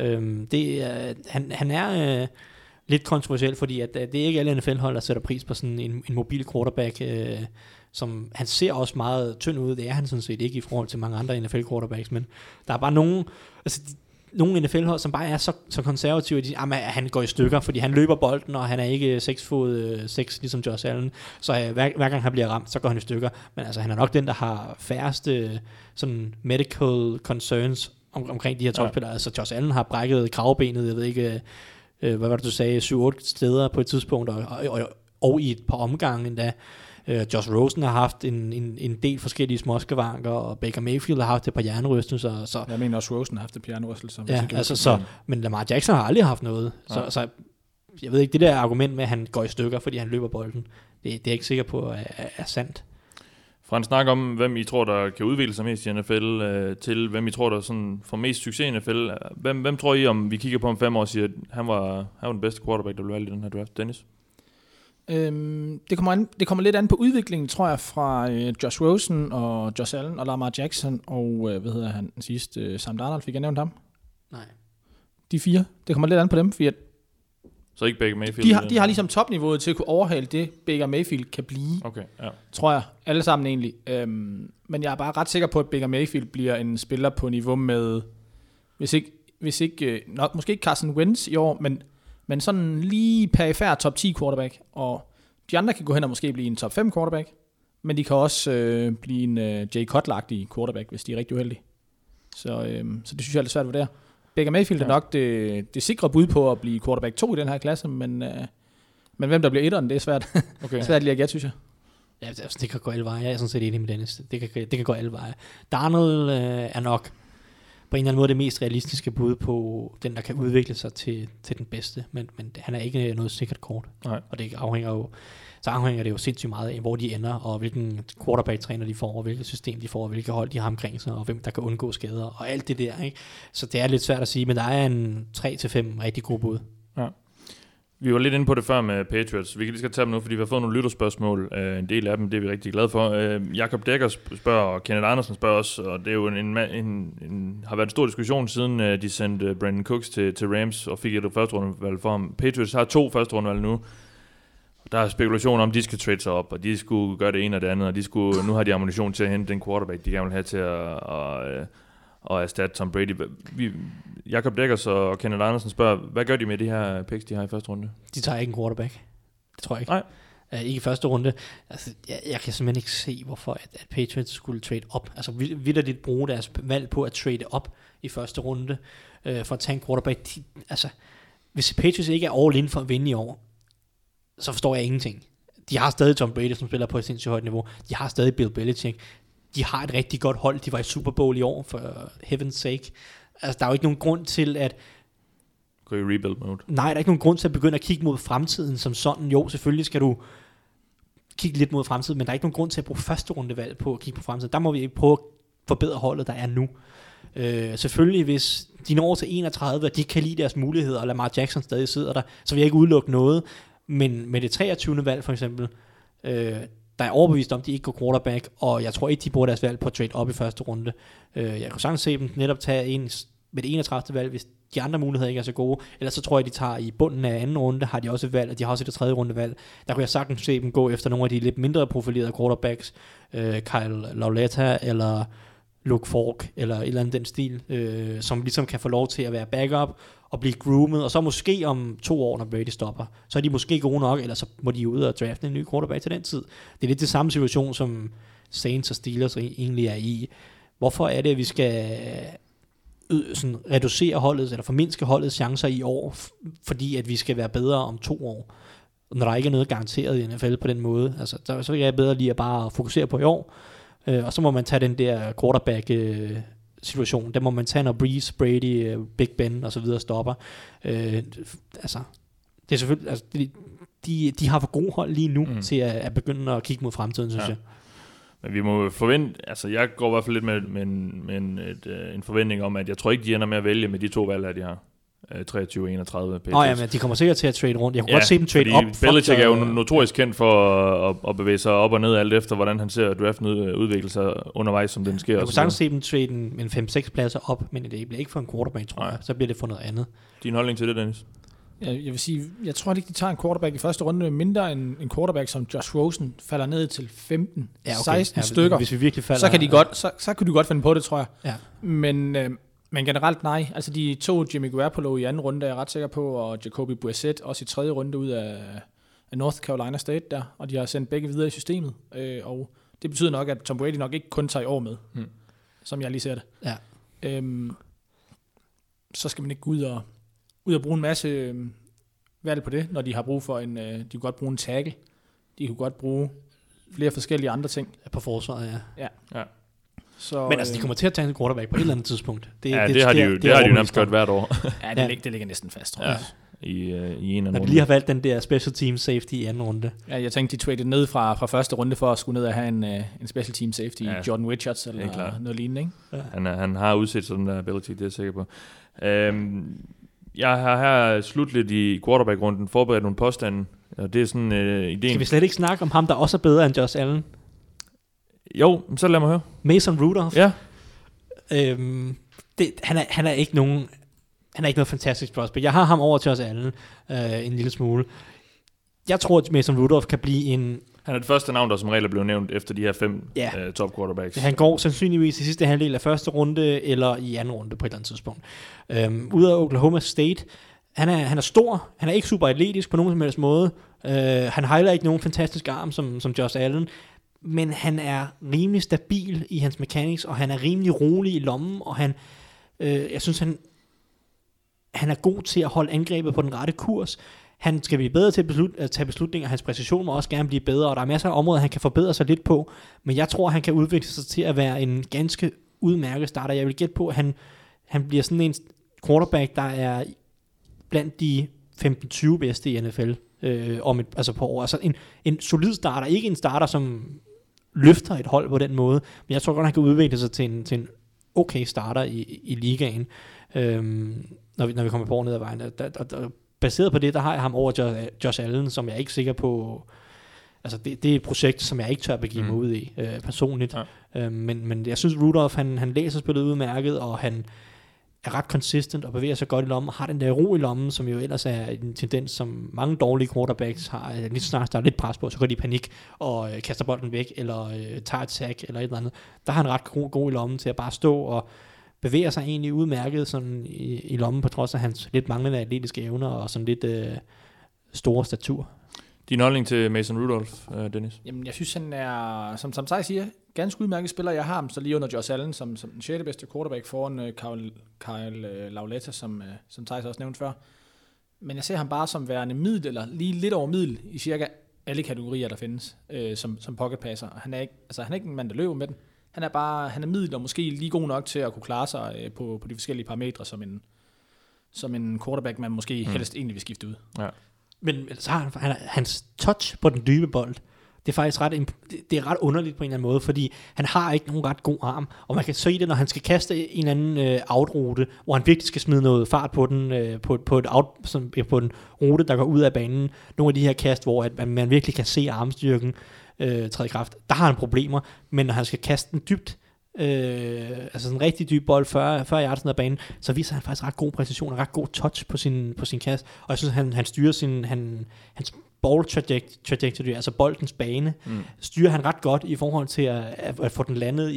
Han er lidt kontroversiel, fordi at det er ikke alle NFL-hold, der sætter pris på sådan en mobil quarterback, som han ser også meget tynd ud. Det er han sådan set ikke i forhold til mange andre NFL-quarterbacks, men der er bare nogle NFL-hold, som bare er så konservative, at han går i stykker, fordi han løber bolden, og han er ikke 6 fod 6, ligesom Josh Allen, så hver gang han bliver ramt, så går han i stykker. Men altså, han er nok den, der har færreste sådan medical concerns omkring de her topspillere. Altså, Josh Allen har brækket kravbenet, jeg ved ikke, hvad var det, du sagde, 7-8 steder på et tidspunkt, og i et par omgange endda. Josh Rosen har haft en del forskellige småskavanker, og Baker Mayfield har haft et par hjernerystelser. Så, jeg mener også, Rosen har haft et par hjernerystelser. Ja, altså men Lamar Jackson har aldrig haft noget. Så jeg ved ikke, det der argument med, at han går i stykker, fordi han løber bolden, det er jeg ikke sikker på er sandt. Fra en snak om, hvem I tror, der kan udvikle sig mest i NFL, til hvem I tror, der sådan får mest succes i NFL. Hvem tror I, om vi kigger på om 5 år og siger, at han var den bedste quarterback, der blev valgt i den her draft? Dennis? Det kommer lidt an på udviklingen, tror jeg, fra Josh Rosen og Josh Allen og Lamar Jackson og, hvad hedder han den sidste, Sam Darnold, fik jeg nævnt ham? Nej. De 4. Det kommer lidt an på dem, fordi så ikke Baker Mayfield? De har ligesom topniveauet til at kunne overhale det, Baker Mayfield kan blive. Okay, ja. Tror jeg. Alle sammen egentlig. Men jeg er bare ret sikker på, at Baker Mayfield bliver en spiller på niveau med, hvis ikke nok, måske ikke Carson Wentz i år, men sådan lige perifær top 10 quarterback. Og de andre kan gå hen og måske blive en top 5 quarterback, men de kan også blive en Jay Cutler-agtig quarterback, hvis de er rigtig uheldige. Så det synes jeg er lidt svært at vurdere. Baker Mayfield er nok det sikre bud på at blive quarterback 2 i den her klasse, men hvem der bliver etteren, det er svært. Okay. Svært lige at gætte, synes jeg. Ja, det kan gå alle veje. Jeg er sådan set enig med Dennis. Det kan gå alle veje. Darnold er nok på en eller anden måde det mest realistiske bud på den, der kan udvikle sig til den bedste, men han er ikke noget sikkert kort. Nej. Og det afhænger det jo sindssygt meget af, hvor de ender, og hvilken quarterback-træner de får, og hvilket system de får, og hvilke hold de har omkring sig, og hvem der kan undgå skader, og alt det der, ikke? Så det er lidt svært at sige, men der er en 3-5 rigtig gode bud. Ja. Vi var lidt inde på det før med Patriots. Vi kan lige skal tage dem nu, fordi vi har fået nogle lytterspørgsmål. En del af dem, det er vi rigtig glade for. Jakob Dækker spørger, og Kenneth Andersen spørger også, og det er jo har været en stor diskussion, siden de sendte Brandon Cooks til Rams, og fik et første rundevalg for ham. Patriots har 2 første rundevalg nu. Der er spekulationer om, de skal trade sig op, og de skulle gøre det ene og det andet, og nu har de ammunition til at hente den quarterback, de gerne vil have til at erstatte Tom Brady. Jakob Dækkers og Kenneth Andersen spørger, hvad gør de med de her picks, de har i første runde? De tager ikke en quarterback. Det tror jeg ikke. Nej. Ikke i første runde. Altså, jeg kan simpelthen ikke se, hvorfor at Patriots skulle trade op. Altså, vitterligt bruge deres valg på at trade op i første runde for at tage en quarterback. Hvis Patriots ikke er all in for at vinde i år, så forstår jeg ingenting. De har stadig Tom Brady, som spiller på et sindssygt højt niveau. De har stadig Bill Belichick. De har et rigtig godt hold. De var i Super Bowl i år, for heaven's sake. Altså, der er jo ikke nogen grund til at... Gå i rebuild mode. Nej, der er ikke nogen grund til at begynde at kigge mod fremtiden som sådan. Jo, selvfølgelig skal du kigge lidt mod fremtiden, men der er ikke nogen grund til at bruge første rundevalg på at kigge på fremtiden. Der må vi prøve at forbedre holdet, der er nu. Selvfølgelig, hvis de når til 31, og de kan lide deres muligheder, og Lamar Jackson stadig sidder der, så vil jeg ikke udelukke noget. Men med det 23. valg for eksempel, der er overbevist om, de ikke går quarterback, og jeg tror ikke, de bruger deres valg på at trade op i første runde. Jeg kan sagtens se dem netop tage en med det 31. valg, hvis de andre muligheder ikke er så gode. Ellers så tror jeg, de tager i bunden af anden runde, har de også et valg, og de har også et tredje runde valg. Der kunne jeg sagtens se dem gå efter nogle af de lidt mindre profilerede quarterbacks, Kyle Lauletta eller Luke Falk, eller et eller andet den stil, som ligesom kan få lov til at være backup og blive groomet, og så måske om 2 år, når Brady stopper, så er de måske gode nok, eller så må de ud og drafte en ny quarterback til den tid. Det er lidt det samme situation, som Saints og Steelers egentlig er i. Hvorfor er det, at vi skal sådan reducere holdets, eller formindske holdets chancer i år, fordi at vi skal være bedre om 2 år, når der ikke er noget garanteret i NFL på den måde? Altså, så er jeg bedre lige at bare fokusere på i år, og så må man tage den der quarterback situation. Der må man tage, når Breeze, Brady, Big Ben og så videre stopper. Altså, det er selvfølgelig, altså, de har for gode hold lige nu til at begynde at kigge mod fremtiden, synes jeg. Men vi må forvente, altså jeg går i hvert fald lidt med en forventning om, at jeg tror ikke, de ender med at vælge med de 2 valg, de har. 23-31 Patriots. Ja, men de kommer sikkert til at trade rundt. Jeg kunne godt se dem trade op. Belichick er jo notorisk kendt for at bevæge sig op og ned alt efter, hvordan han ser draften udvikle sig undervejs, som den sker. Jeg kunne sagtens se dem trade en 5-6 pladser op, men det bliver ikke for en quarterback, tror jeg. Så bliver det for noget andet. Din holdning til det, Dennis? Jeg vil sige, jeg tror ikke, de tager en quarterback i første runde, mindre end en quarterback som Josh Rosen falder ned til 15-16 stykker. Hvis vi virkelig falder, så kan de godt, så kunne de godt finde på det, tror jeg. Ja. Men generelt nej. Altså de 2 Jimmy Garoppolo i anden runde, er jeg ret sikker på, og Jacoby Brissett også i tredje runde ud af North Carolina State der, og de har sendt begge videre i systemet. Og det betyder nok, at Tom Brady nok ikke kun tager i år med, som jeg lige ser det. Ja. Så skal man ikke gå ud og bruge en masse valg på det, når de har brug for de kunne godt bruge en tackle. De kunne godt bruge flere forskellige andre ting. På forsvaret, ja. Så, Men altså, de kommer til at tage en quarterback på et eller andet tidspunkt. Det har de jo nærmest gjort hvert år. Ja, det ligger næsten fast, tror jeg. I en af når de lige har valgt den der special team safety i anden runde. Ja, jeg tænkte, de traded ned fra første runde for at skulle ned og have en special team safety, Jordan Richards eller noget lignende, ikke? Ja. Han har udset sådan der ability, det er jeg sikker på. Jeg har her slutligt i quarterback-runden forberedt nogle påstande, og det er sådan ideen. Skal vi slet ikke snakke om ham, der også er bedre end Josh Allen? Jo, så lad mig høre. Mason Rudolph. Ja. Han er ikke nogen... Han er ikke noget fantastisk prospect. Jeg har ham over til os alle en lille smule. Jeg tror, at Mason Rudolph kan blive en... Han er det første navn, der som regel er blevet nævnt efter de her 5 top quarterbacks. Han går sandsynligvis i sidste halvdel af første runde, eller i anden runde på et eller andet tidspunkt. Ud af Oklahoma State. Han er stor. Han er ikke super atletisk på nogen som helst måde. Han har heller ikke nogen fantastisk arm som Josh Allen. Men han er rimelig stabil i hans mechanics, og han er rimelig rolig i lommen, og jeg synes, han er god til at holde angrebet på den rette kurs. Han skal blive bedre til at tage beslutninger. Hans præcision må også gerne blive bedre, og der er masser af områder, han kan forbedre sig lidt på. Men jeg tror, han kan udvikle sig til at være en ganske udmærket starter. Jeg vil gætte på, at han bliver sådan en quarterback, der er blandt de 15-20 bedste i NFL på år. Altså en solid starter, ikke en starter, som løfter et hold på den måde, men jeg tror godt, han kan udvikle sig til en okay starter i ligaen. Når vi kommer på ned ad vejen. Baseret på det, der har jeg ham over Josh Allen, som jeg er ikke sikker på... Altså, det er et projekt, som jeg ikke tør begive mig ud i, personligt. Ja. Men jeg synes, Rudolph, han læser spillet udmærket, og han er ret consistent og bevæger sig godt i lommen, og har den der ro i lommen, som jo ellers er en tendens, som mange dårlige quarterbacks har. Lige så snart der er lidt pres på, så går de i panik og kaster bolden væk, eller tager et sack, eller et eller andet. Der har han ret god i lommen til at bare stå og bevæger sig egentlig udmærket sådan i lommen, på trods af hans lidt manglende atletiske evner og sådan lidt store statur. Din holdning til Mason Rudolph, Dennis? Jamen, jeg synes, han er, som Thijs siger, ganske udmærket spiller. Jeg har ham så lige under Josh Allen som den 6. bedste quarterback foran Kyle Lauletta, som Thijs også nævnte før. Men jeg ser ham bare som værende middel, eller lige lidt over middel i cirka alle kategorier, der findes som pocket passer. Han er ikke en mand, der løber med den. Han er middel og måske lige god nok til at kunne klare sig på de forskellige parametre, som en quarterback, man måske helst egentlig vil skifte ud. Ja. Men så har han hans touch på den dybe bold. Det er faktisk ret underligt på en eller anden måde, fordi han har ikke nogen ret god arm, og man kan se det, når han skal kaste en eller anden outrute, hvor han virkelig skal smide noget fart på den, på en rute, der går ud af banen. Nogle af de her kast, hvor at man virkelig kan se armstyrken træde i kraft. Der har han problemer, men når han skal kaste den dybt, altså sådan en rigtig dyb bold 40 yards ned ad banen, så viser han faktisk ret god præcision og ret god touch på sin kast, og jeg synes, han styrer hans ball trajectory, altså boldens bane, styrer han ret godt i forhold til at få den landet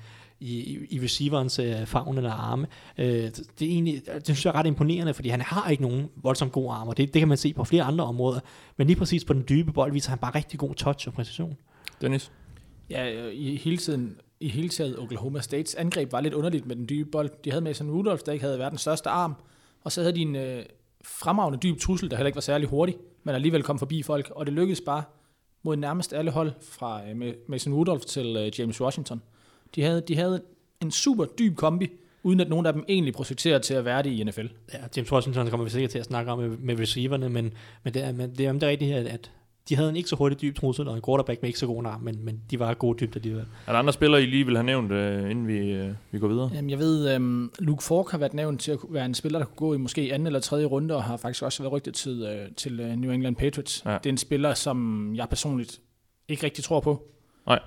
i receiverens favn eller arme. Det synes jeg er ret imponerende, fordi han har ikke nogen voldsomt gode arme, og det kan man se på flere andre områder, men lige præcis på den dybe bold viser han bare rigtig god touch og præcision. Dennis? Ja, i hele taget Oklahoma States angreb var lidt underligt med den dybe bold. De havde Mason Rudolph, der ikke havde verdens største arm, og så havde de en fremragende dyb trussel, der heller ikke var særlig hurtig, men alligevel kom forbi folk, og det lykkedes bare mod nærmest alle hold fra Mason Rudolph til James Washington. De havde en super dyb kombi, uden at nogen af dem egentlig projekterer til at være det i NFL. Ja, James Washington kommer vi sikkert til at snakke om med receiverne, men det er rigtigt, at de havde en ikke så hurtig dyb trussel, og en quarterback med ikke så god arm, men de var gode dybder alligevel. Er der andre spillere, I lige vil have nævnt, inden vi går videre? Jamen, jeg ved, Luke Falk har været nævnt til at være en spiller, der kunne gå i måske anden eller tredje runde, og har faktisk også været rygtet til New England Patriots. Ja. Det er en spiller, som jeg personligt ikke rigtig tror på. Nej.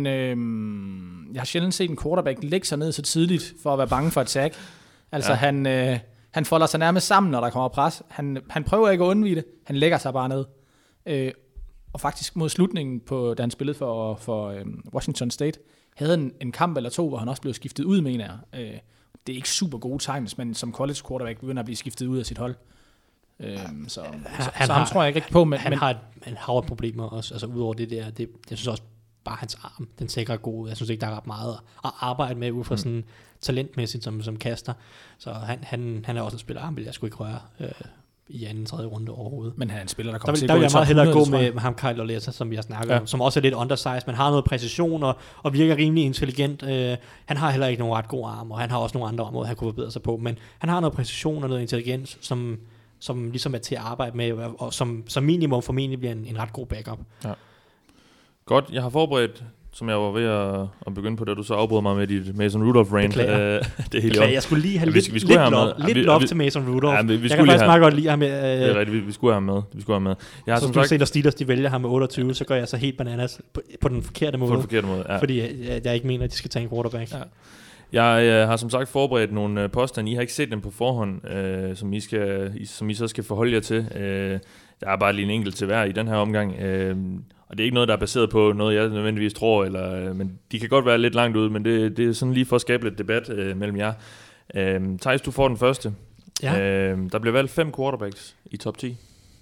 Jeg har sjældent set en quarterback lægge sig ned så tidligt, for at være bange for et sack. Altså, ja. Han folder sig nærmest sammen, når der kommer pres. Han prøver ikke at undvige det. Han lægger sig bare ned. Og faktisk mod slutningen, da han spillede for Washington State, havde en kamp eller to, hvor han også blev skiftet ud, mener jeg. Det er ikke super gode tegn, men som college quarterback begynder at blive skiftet ud af sit hold. Så ham tror jeg ikke rigtig på. Men har en hav af problemer også, altså udover det der. Jeg synes også bare hans arm, den sikrer god ud. Jeg synes ikke, der er ret meget at arbejde med ud fra sådan talentmæssigt som kaster. Så han er også en spiller, ham vil jeg sgu ikke røre i anden, tredje runde overhovedet. Men han er en spiller, der kommer til der at gå vil i jeg top meget hellere 100, gå med ham Kyle Lauletta, som vi har snakket om, som også er lidt undersized, men har noget præcision og virker rimelig intelligent. Han har heller ikke nogen ret god arm, og han har også nogle andre områder, han kunne forbedre sig på, men han har noget præcision og noget intelligens, som ligesom er til at arbejde med, og som minimum formentlig bliver en ret god backup. Ja. Godt, jeg har forberedt, som jeg var ved at begynde på, da du så afbrød mig med dit Mason Rudolph-rant. Det er helt jeg skulle lige have lidt love til Mason Rudolph. Ja, jeg kan faktisk meget godt lide ham. Det er rigtigt, vi skulle have ham med. Jeg har så du set, at Steelers de vælger ham med 28, så gør jeg så helt bananas på den forkerte måde. På den forkerte måde, ja. Fordi jeg ikke mener, at de skal tage en quarterback. Ja. Jeg har som sagt forberedt nogle påstande. I har ikke set dem på forhånd, som I så skal forholde jer til. Der er bare lige en enkelt til hver i den her omgang. Og det er ikke noget, der er baseret på noget, jeg nødvendigvis tror, men de kan godt være lidt langt ude, men det er sådan lige for at skabe lidt debat mellem jer. Theis, du får den første. Ja. Der bliver valgt 5 quarterbacks i top 10.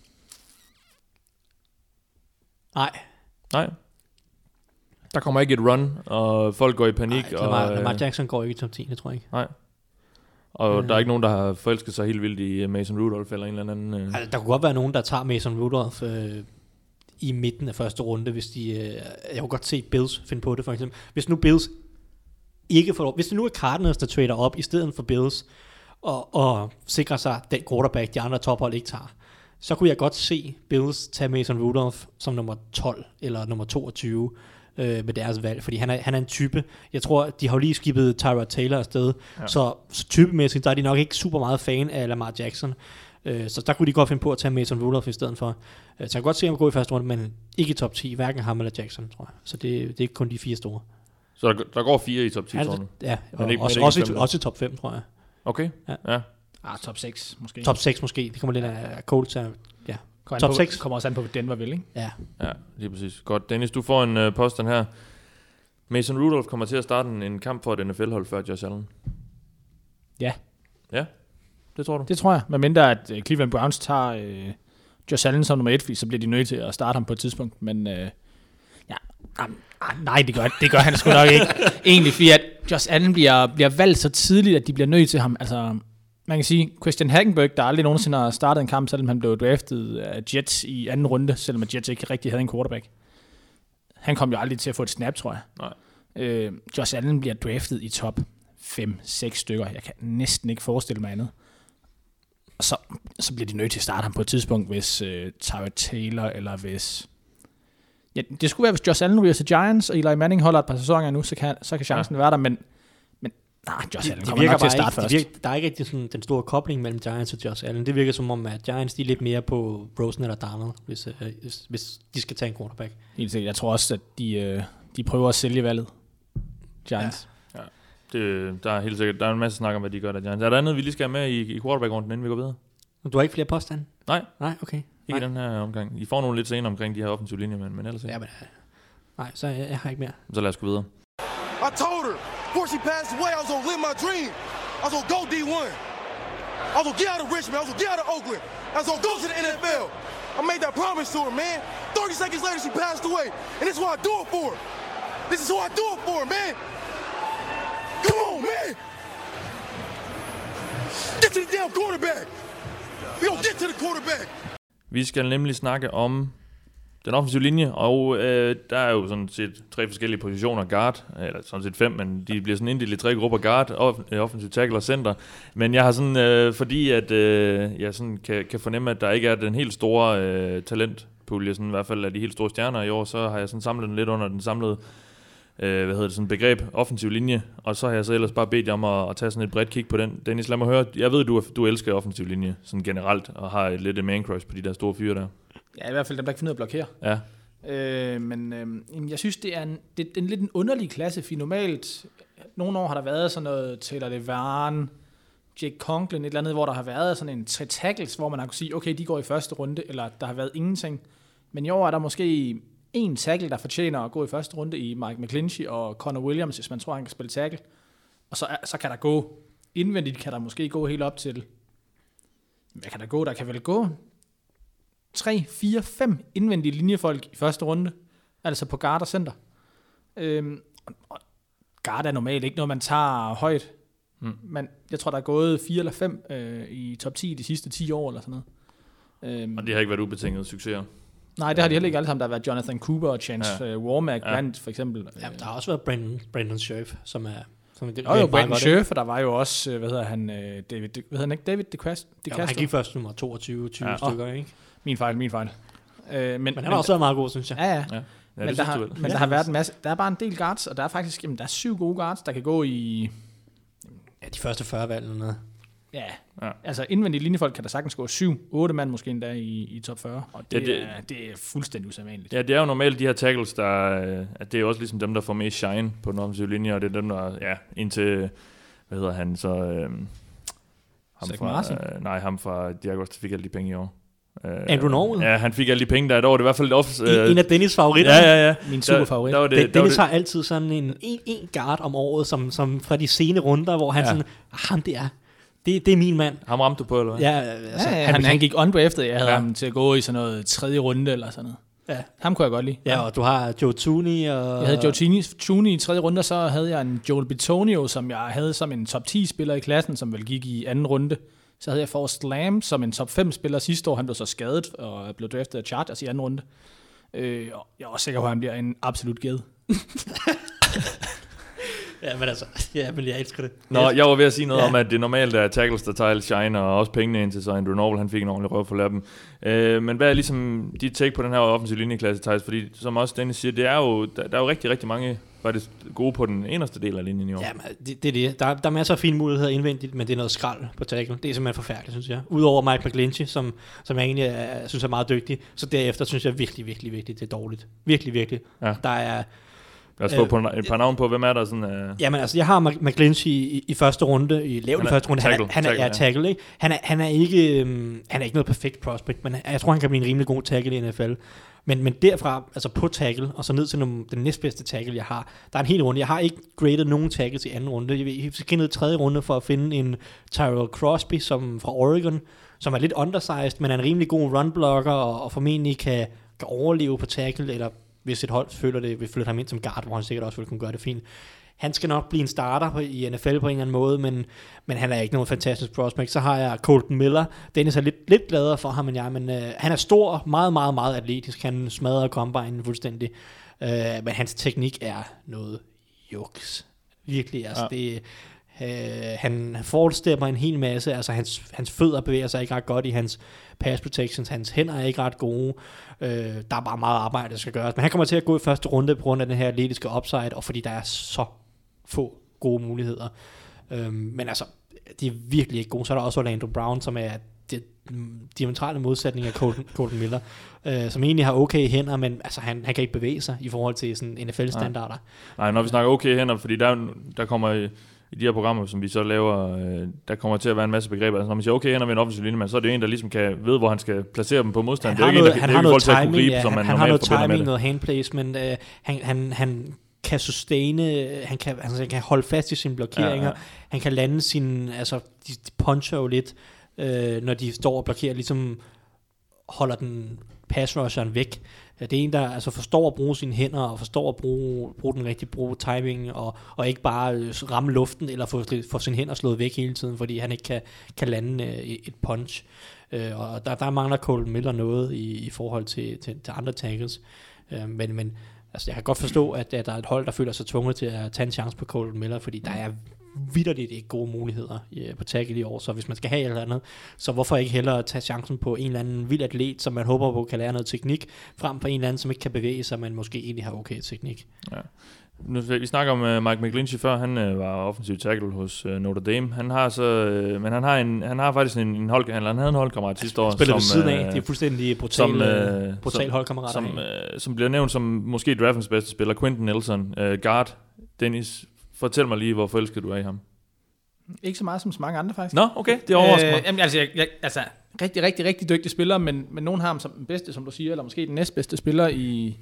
Nej. Der kommer ikke et run, og folk går i panik. Lamar Jackson går ikke i top 10, det tror jeg ikke. Nej. Og der er ikke nogen, der har forelsket sig helt vildt i Mason Rudolph eller en eller anden... Altså, der kunne godt være nogen, der tager Mason Rudolph i midten af første runde, hvis de... jeg kunne godt se Bills finde på det, for eksempel. Hvis nu Bills ikke får... Hvis det nu er Cardinals, der trader op i stedet for Bills, og sikrer sig den quarterback, de andre tophold ikke tager, så kunne jeg godt se Bills tage Mason Rudolph som nummer 12 eller nummer 22 med deres valg, fordi han er en type. Jeg tror, de har jo lige skibet Tyrod Taylor afsted, så typemæssigt, der er de nok ikke super meget fan af Lamar Jackson. Så der kunne de godt finde på at tage Mason Rudolph i stedet for. Så jeg kan godt se ham gå i første runde, men ikke i top 10, hverken ham eller Jackson, tror jeg. Så det er ikke kun de 4 store. Så der går 4 i top 10, tror du? Ja, også i top 5, tror jeg. Okay, ja. Top 6 måske. Top 6 måske, det kommer lidt af Colts. Ja. Top 6 kommer også an på Denver vil, ikke? Ja, lige præcis. Godt. Dennis, du får en påstand her. Mason Rudolph kommer til at starte en kamp for et NFL-hold før Josh Allen. Ja. Ja, det tror du? Det tror jeg. Medmindre at Cleveland Browns tager Josh Allen som nummer 1, så bliver de nødt til at starte ham på et tidspunkt. Men nej, det gør han sgu nok ikke. Egentlig, fordi at Josh Allen bliver valgt så tidligt, at de bliver nødt til ham. Altså, man kan sige, Christian Hackenberg, der aldrig nogensinde har startet en kamp, selvom han blev draftet af Jets i anden runde, selvom at Jets ikke rigtig havde en quarterback. Han kom jo aldrig til at få et snap, tror jeg. Nej. Josh Allen bliver draftet i top 5-6 stykker. Jeg kan næsten ikke forestille mig andet. Og så bliver de nødt til at starte ham på et tidspunkt, hvis Tyrod Taylor, eller hvis... Ja, det skulle være, hvis Josh Allen ryger til Giants, og Eli Manning holder et par sæsoner nu, så kan chancen være der, men Josh Allen kommer nok til at starte først. Der er ikke rigtig sådan den store kobling mellem Giants og Josh Allen. Det virker som om, at Giants de er lidt mere på Rosen eller Darnold, hvis de skal tage en quarterback. Helt sikkert. Jeg tror også, at de prøver at sælge valget. Giants. Ja. Der er helt sikkert, der er en masse snak om, hvad de gør der Giants. Er der andet, vi lige skal have med i quarterback-runden, inden vi går videre? Du har ikke flere påstande? Nej, okay. Ikke i den her omgang. I får nogle lidt senere omkring de her offensive linjer, men ellers ikke. Ja, men nej, så jeg har ikke mere. Så lad os gå videre. I told her, before she passed away, I was gonna live my dream. I was gonna go D1. I was gonna get out of Richmond. I was gonna get out of Oakland. I was gonna go to the NFL. I made that promise to her, man. 30 seconds later, she passed away. And this is what I do it for her. This is who I do it for, man. Come on, man. Get to the damn quarterback. We don't get to the quarterback. Vi skal nemlig snakke om den offensive linje, og der er jo sådan set 3 forskellige positioner, guard, eller sådan set 5, men de bliver sådan inddelt i 3 grupper, guard, offensive tackle og center. Men jeg har sådan, fordi at jeg sådan kan fornemme, at der ikke er den helt store talentpulje, sådan i hvert fald af de helt store stjerner i år, så har jeg sådan samlet den lidt under den samlede sådan begreb offensiv linje, og så har jeg så ellers bare bedt jer om at tage sådan et bredt kig på den. Dennis, lad mig høre, jeg ved, du elsker offensiv linje sådan generelt, og har lidt en man crush på de der store fyre der. Ja, i hvert fald dem, der ikke finder ud af at blokere. Ja. Men jeg synes, det er en lidt en underlig klasse, fordi normalt, nogle år har der været sådan noget Taylor Levan, Jake Conklin, et eller andet, hvor der har været sådan en 3 tackles, hvor man har kunne sige, okay, de går i første runde, eller der har været ingenting. Men i år er der måske en tackle, der fortjener at gå i første runde i Mike McGlinchey og Connor Williams, hvis man tror, han kan spille tackle. Og så kan der gå, indvendigt kan der måske gå helt op til, hvad kan der gå? Der kan vel gå 3, 4, 5 indvendige linjefolk i første runde, altså på guard og center. Guard er normalt ikke noget, man tager højt, men jeg tror, der er gået 4 eller 5 i top 10 de sidste 10 år, eller sådan noget. Og det har ikke været ubetinget succeser. Nej, det har de heller ikke alle sammen. Der har været Jonathan Cooper og Chance Warmack blandt, for eksempel. Ja, der har også været Brandon Scherf, som er... Jo, Brandon Scherf, og der var jo også, David DeCastro? Han gik først nummer 22 stykker, ikke? Min fejl. Men han har også været meget god, synes jeg. Ja. Men der har været en masse, der er bare en del guards, og der er faktisk, der er 7 gode guards, der kan gå i... Ja, de første 40 valg eller noget. Ja, altså indvendigt linjefolk kan der sagtens gå 7-8 mand måske endda i top 40, og det er fuldstændig usædvanligt. Ja, det er jo normalt de her tackles, at det er også ligesom dem, der får mest shine på den offensive linje, og det er dem, der, indtil, hvad hedder han, så... ham fra Diagos, der fik alle de penge i år. Andrew Norwood? Ja, han fik alle de penge der et år. Det er i hvert fald en af Dennis' favoritter. Ja. Min super favorit. Dennis har altid sådan en guard om året, som fra de sene runder, hvor han sådan, ham det er min mand. Ham ramte du på, eller hvad? Ja, altså, han gik on på efter, jeg havde ham til at gå i sådan noget 3. runde eller sådan noget. Ja. Ham kunne jeg godt lide. Ja, og du har Joe Thuney. Jeg havde Joe Thuney i 3. runde, så havde jeg en Joel Bitonio, som jeg havde som en top 10 spiller i klassen, som vel gik i 2. runde. Så havde jeg Forrest Lamb som en top 5 spiller sidste år. Han blev så skadet og blev draftet af Chargers i 2. runde. Jeg er også sikker på, at han bliver en absolut ged. men jeg elsker det. Nå, jeg var ved at sige noget om, at det normalt er tackles, der tager alt shine, og også pengene ind til, så Andrew Norwood, han fik en ordentlig røv for lappen. Men hvad er ligesom dit take på den her offensive linjeklasse, Thijs? Fordi som også Dennis siger, det er jo, der er jo rigtig, rigtig mange faktisk gode på den eneste del af linjen i år. Ja, det er det. Der er masser af fine muligheder indvendigt, men det er noget skrald på tackle. Det er simpelthen forfærdeligt, synes jeg. Udover Mike McGlinchey, som jeg egentlig synes er meget dygtig, så derefter synes jeg virkelig, virkelig, virkelig, det er dårligt. Virkelig, virkelig. Ja. Der er... Lad os få et par navn på, hvem er der sådan... Jamen altså, jeg har McGlinchey i første runde, i første runde. Tackle, ikke? Han er ikke noget perfekt prospect, men jeg tror, han kan blive en rimelig god tackle i NFL. Men derfra, altså på tackle, og så ned til den næstbedste tackle, jeg har, der er en hel runde. Jeg har ikke graded nogen tackles i 2. runde. Jeg skal ned i 3. runde for at finde en Tyrell Crosby, som fra Oregon, som er lidt undersized, men er en rimelig god runblocker, og formentlig kan overleve på tackle, eller hvis et hold føler det, vil flytte ham ind som guard, hvor han sikkert også vil kunne gøre det fint. Han skal nok blive en starter i NFL på en eller anden måde, men han er ikke nogen fantastisk prospect. Så har jeg Colton Miller. Dennis er lidt gladere for ham end jeg, men han er stor, meget, meget, meget atletisk. Han smadrer combine fuldstændig. Men hans teknik er noget juks. Virkelig, altså han forestepper en hel masse. Altså hans fødder bevæger sig ikke ret godt i hans pass protections. Hans hænder er ikke ret gode. Der er bare meget arbejde, der skal gøres. Men han kommer til at gå i første runde på grund af den her atletiske upside, og fordi der er så få gode muligheder. Men altså, de er virkelig ikke gode. Så er der også Orlando Brown, som er diametrale modsætning af Colton Miller, som egentlig har okay hænder, men altså, han kan ikke bevæge sig i forhold til sådan NFL-standarder. Nej, når vi snakker okay hænder, fordi der kommer i de her programmer, som vi så laver, der kommer til at være en masse begreber. Altså, når man siger okay hænder ved en offensiv linjemand, så er det jo en, der ligesom kan vide, hvor han skal placere dem på modstand. Han har noget timing, han har noget timing, noget handplacement. Han kan sustaine, han kan holde fast i sine blokeringer. Ja. Han kan lande sine, altså de puncher jo lidt, når de står og blokerer, ligesom holder den pass rusheren væk. Det er en, der altså forstår at bruge sine hænder, og forstår at bruge den rigtige timing, og ikke bare ramme luften, eller få sine hænder slået væk hele tiden, fordi han ikke kan lande et punch. Og der mangler Colton Miller noget i forhold til andre tackles. Men altså, jeg kan godt forstå, at der er et hold, der føler sig tvunget til at tage en chance på Colton Miller, fordi der er vitterligt ikke gode muligheder på tackle i år, så hvis man skal have et eller andet, så hvorfor ikke hellere tage chancen på en eller anden vild atlet, som man håber på kan lære noget teknik, frem for en eller anden, som ikke kan bevæge sig, men måske egentlig har okay teknik. Ja. Nu, vi snakker om Mike McGlinchey før, han var offensiv tackle hos Notre Dame. Han har så, men han har faktisk en holdkammerat. Han havde en holdkammerat sidste år. Spiller ved siden af. Det er fuldstændig brutal holdkammerat. Som bliver nævnt som måske draftens bedste spiller, Quentin Nelson, guard. Dennis, fortæl mig lige, hvor forelsket du er i ham. Ikke så meget som så mange andre, faktisk. Nå, okay, det overrasker mig. Jamen, altså, rigtig, rigtig, rigtig dygtig spiller, men nogen har ham som den bedste, som du siger, eller måske den næstbedste spiller i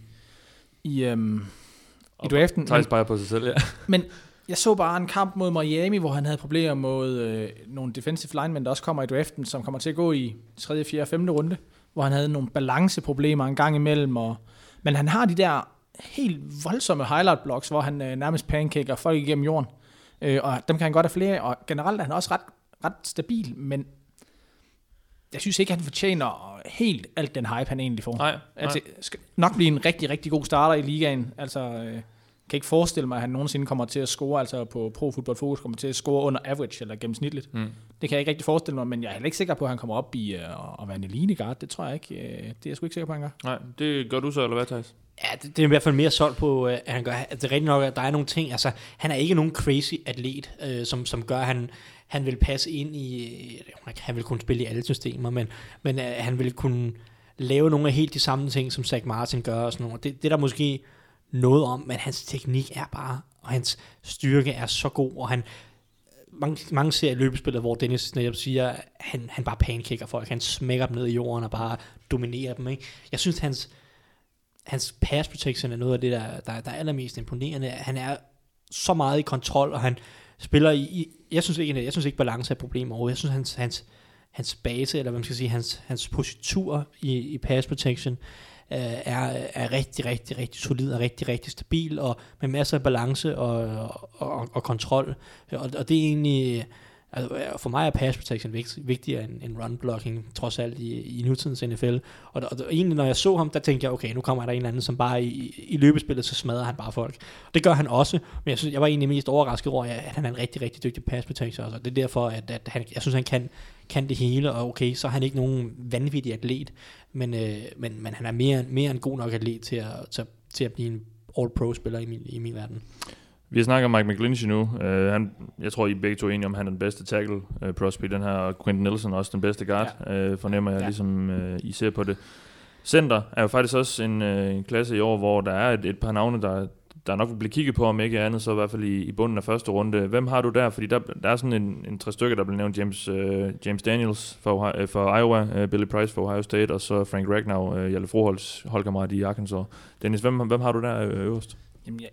draften. Thijs bare på sig selv, ja. Men jeg så bare en kamp mod Miami, hvor han havde problemer mod nogle defensive linemen, der også kommer i draften, som kommer til at gå i 3., 4., 5. runde, hvor han havde nogle balanceproblemer en gang imellem. Men han har de der helt voldsomme highlight blocks, hvor han nærmest pancaker folk igennem jorden. Og dem kan han godt have flere, og generelt er han også ret stabil, men jeg synes ikke, han fortjener helt alt den hype, han egentlig får. Nej. Altså, skal nok blive en rigtig, rigtig god starter i ligaen. Altså, kan ikke forestille mig, at han nogensinde kommer til at score, altså på Pro Football Focus kommer til at score under average eller gennemsnitligt. Det kan jeg ikke rigtig forestille mig, men jeg er heller ikke sikker på, at han kommer op i at være en elite guard. Det tror jeg ikke. Det er jeg sgu ikke sikker på, at han gør. Nej, det gør du så, eller hvad, Thijs? Ja, det er i hvert fald mere solgt på, at han gør. Det er rigtigt nok, at der er nogle ting. Altså, han er ikke nogen crazy atlet, som gør, at han vil passe ind i... Han vil kunne spille i alle systemer, men han vil kunne lave nogle af helt de samme ting, som Zach Martin gør og sådan noget. Det er der måske noget om, men hans teknik er bare, og hans styrke er så god, og mange ser i løbespillet, hvor Dennis netop siger, at han bare pancaker folk, han smækker dem ned i jorden og bare dominerer dem, ikke? Jeg synes, hans pass protection er noget af det, der er allermest imponerende. Han er så meget i kontrol, og han spiller jeg synes ikke balance er et problem overhovedet. Jeg synes, hans base, eller hvad man skal sige, hans positur i pass protection, er rigtig, rigtig, rigtig solid og rigtig, rigtig stabil, og med masser af balance og kontrol. Og det er egentlig... Altså, for mig er pass protection vigtigere end run blocking, trods alt i nutidens NFL. Og egentlig, når jeg så ham, der tænkte jeg, okay, nu kommer der en eller anden, som bare i løbespillet, så smadrer han bare folk. Det gør han også, men jeg var egentlig mest overrasket over, at han er en rigtig, rigtig dygtig pass protector. Altså, det er derfor, at jeg synes, han kan det hele, og okay, så er han ikke nogen vanvittig atlet, men han er mere end god nok atlet til at blive en all-pro-spiller i min verden. Vi har snakket om Mike McGlinchey nu. Jeg tror, I begge to er enige om, han er den bedste tackle prospect, den her, og Quentin Nelson også den bedste guard, fornemmer jeg, ligesom I ser på det. Center er jo faktisk også en klasse i år, hvor der er et par navne, der nok vil blive kigget på, om ikke andet, så i hvert fald i bunden af første runde. Hvem har du der? Fordi der er sådan en 3 stykker, der bliver nævnt. James Daniels for Iowa, Billy Price for Ohio State, og så Frank Ragnow, Hjalte Froholts holdkammerat i Arkansas. Dennis, hvem har du der øverst? Jamen,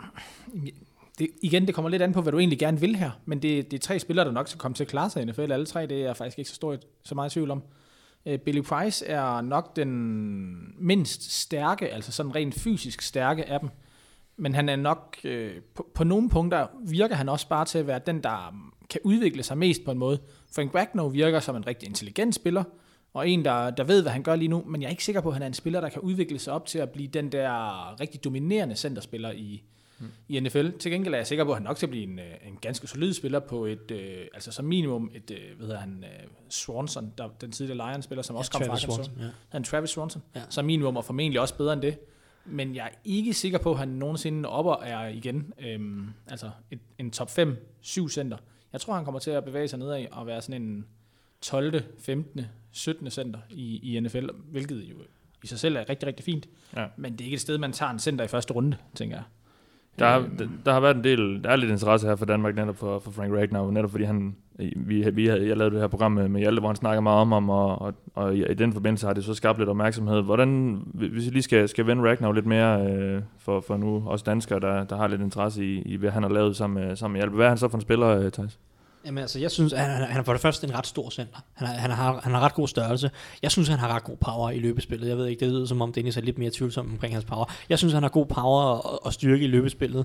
det kommer lidt an på, hvad du egentlig gerne vil her, men det er 3 spillere, der nok skal komme til at klare sig i NFL. Alle 3, det er jeg faktisk ikke så meget i tvivl om. Billy Price er nok den mindst stærke, altså sådan rent fysisk stærke af dem, men han er nok, på nogle punkter virker han også bare til at være den, der kan udvikle sig mest på en måde. Frank Ragnow virker som en rigtig intelligent spiller, og en, der ved, hvad han gør lige nu, men jeg er ikke sikker på, at han er en spiller, der kan udvikle sig op til at blive den der rigtig dominerende centerspiller i NFL. Til gengæld er jeg sikker på, at han nok skal blive en ganske solid spiller på altså som minimum Swanson, den tidligere Lions-spiller, som også kom fra Arkansas. Han Travis Swanson, som minimum, og formentlig også bedre end det. Men jeg er ikke sikker på, at han nogensinde er igen altså en top 5-7 center. Jeg tror, han kommer til at bevæge sig nedad og være sådan en 12., 15., 17. center i NFL, hvilket jo i sig selv er rigtig, rigtig fint. Ja. Men det er ikke et sted, man tager en center i første runde, tænker jeg. Der har været en del, der er lidt interesse her for Danmark netop for Frank Ragnow, netop fordi jeg lavede det her program med Hjalte, hvor han snakker meget om ham, og i den forbindelse har det så skabt lidt opmærksomhed. Hvordan, hvis vi lige skal vende Ragnow lidt mere for nu også danskere, der har lidt interesse i hvad han har lavet sammen med Hjalte. Hvad er han så for en spiller, Thijs? Jamen altså, jeg synes, at han er for det første en ret stor center. Han har ret god størrelse. Jeg synes, han har ret god power i løbespillet. Jeg ved ikke, det lyder som om Dennis er lidt mere tvivlsom omkring hans power. Jeg synes, han har god power og styrke i løbespillet.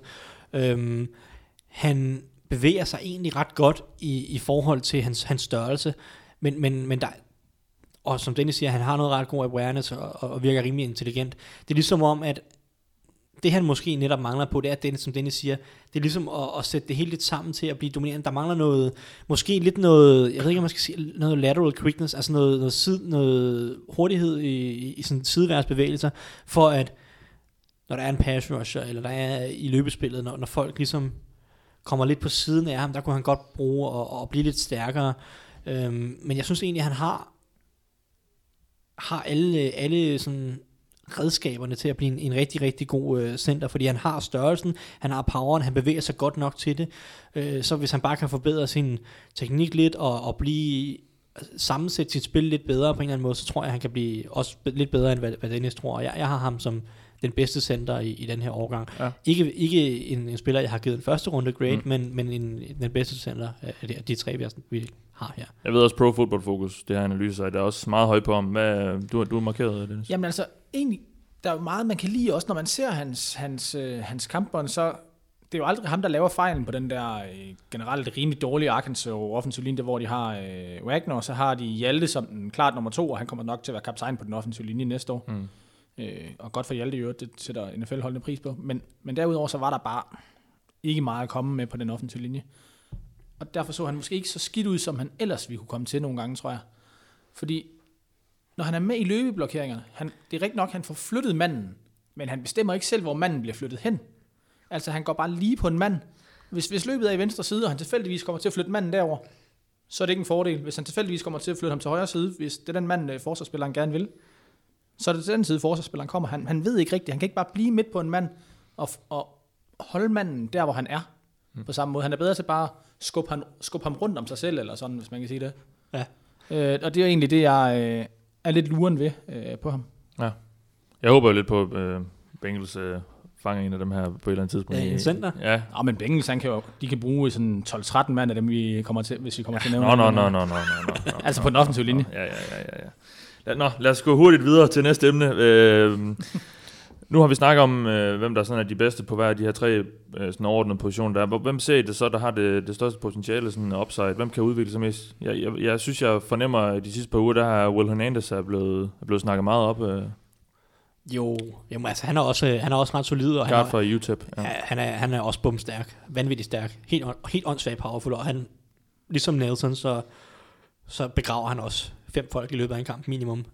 Han bevæger sig egentlig ret godt i forhold til hans størrelse. Men der, og som Dennis siger, han har noget ret god awareness og virker rimelig intelligent. Det er ligesom om, at det han måske netop mangler på, det er det, som Dennis siger, det er ligesom at sætte det hele lidt sammen til at blive dominerende. Der mangler noget, måske lidt noget, jeg ved ikke, om man skal sige, noget lateral quickness, altså noget hurtighed i sådan sideværsbevægelser, for at, når der er en pass rusher, eller der er i løbespillet, når folk ligesom kommer lidt på siden af ham, der kunne han godt bruge og blive lidt stærkere. Men jeg synes egentlig, at han har alle sådan redskaberne til at blive en rigtig, rigtig god center, fordi han har størrelsen, han har poweren, han bevæger sig godt nok til det, så hvis han bare kan forbedre sin teknik lidt, og blive sammensætte sit spil lidt bedre på en eller anden måde, så tror jeg, han kan blive også lidt bedre, end hvad Dennis tror. Jeg har ham som den bedste center i den her årgang. Ja. Ikke en spiller, jeg har givet en første runde grade, men den bedste center af de 3, vi har her. Jeg ved også Pro Football Focus, det her analyse, der er også meget høj på ham. Hvad du har markeret, Dennis? Jamen altså, egentlig, der er jo meget, man kan lide også, når man ser hans kampbånd, så det er jo aldrig ham, der laver fejlen på den der generelt rimelig dårlige Arkansas offensive linje, hvor de har Wagner, og så har de Hjalte som den klart nummer 2, og han kommer nok til at være kaptajn på den offensive linje næste år. Og godt for Hjalte i øvrigt, det sætter NFL-holdende pris på. Men derudover så var der bare ikke meget at komme med på den offensive linje. Og derfor så han måske ikke så skidt ud, som han ellers ville kunne komme til nogle gange, tror jeg. Fordi når han er med i løbeblokeringerne, det er rigtigt nok, han får flyttet manden, men han bestemmer ikke selv, hvor manden bliver flyttet hen. Altså han går bare lige på en mand. Hvis løbet er i venstre side, og han tilfældigvis kommer til at flytte manden derover, så er det ikke en fordel. Hvis han tilfældigvis kommer til at flytte ham til højre side, hvis det er den mand, forsvarsspilleren gerne vil, så er det til den side, forsvarsspilleren kommer. Han ved ikke rigtigt. Han kan ikke bare blive midt på en mand og holde manden der, hvor han er. På samme måde. Han er bedre til bare skubbe ham rundt om sig selv, eller sådan, hvis man kan sige det. Ja. Og det er egentlig det, jeg er lidt luren ved på ham. Ja. Jeg håber jo lidt på Bengals fanger en af dem her på et eller andet tidspunkt. Ja, en center. Ja. Men Bengals, de kan bruge sådan 12-13 mand af dem, vi kommer til, hvis vi kommer til at nævne. Nå. Altså på den offensive linje. Ja. Lad os gå hurtigt videre til næste emne. Nu har vi snakket om, hvem der sådan er de bedste på hver af de her 3 sådan overordnede positioner. Hvem ser I det så, der har det største potentiale, sådan upside? Hvem kan udvikle sig mest? Jeg synes, jeg fornemmer, at de sidste par uger, der har Will Hernandez er blevet snakket meget op. Jo, jamen, altså han er også ret solid, og Guard fra UTEP. Ja. Han er også bumstærk, vanvittigt stærk, helt åndssvagt powerful, og han, ligesom Nelson, så begraver han også 5 folk i løbet af en kamp minimum,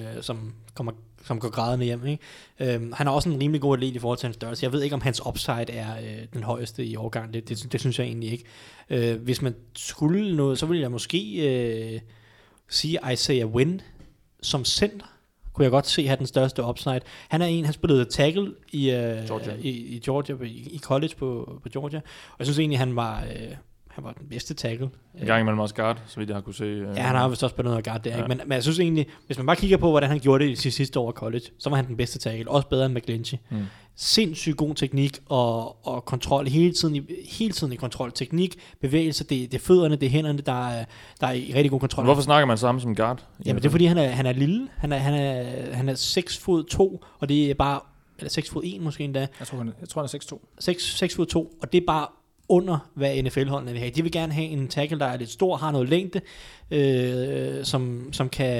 som går grædende hjem. Ikke? Han er også en rimelig god atlet i forhold til hans størrelse. Jeg ved ikke, om hans upside er den højeste i årgang. Det synes jeg egentlig ikke. Hvis man skulle noget, så ville jeg måske sige Isaiah Wynn som center. Kunne jeg godt se have den største upside. Han spillede tackle i Georgia, i college på Georgia. Og jeg synes egentlig, han var den bedste tackle. En gang imellem også guard, så vidt jeg har kunne se. Ja, han har vist også spillet noget guard der. Ja. Men jeg synes egentlig, hvis man bare kigger på, hvordan han gjorde det i sidste år i college, så var han den bedste tackle. Også bedre end McGlinchey. Sindssygt god teknik og kontrol. Hele tiden i kontrol. Teknik, bevægelse, det er fødderne, det er hænderne, der er i rigtig god kontrol. Men hvorfor snakker man så ham som guard? Jamen det er fordi, han er lille. Han er 6 fod 2, og det er bare... Eller 6 fod 1 måske endda. Jeg tror, han er 6'2. 6 fod 2, og det er bare under, hvad NFL-holdene vil have. De vil gerne have en tackle, der er lidt stor, har noget længde, som kan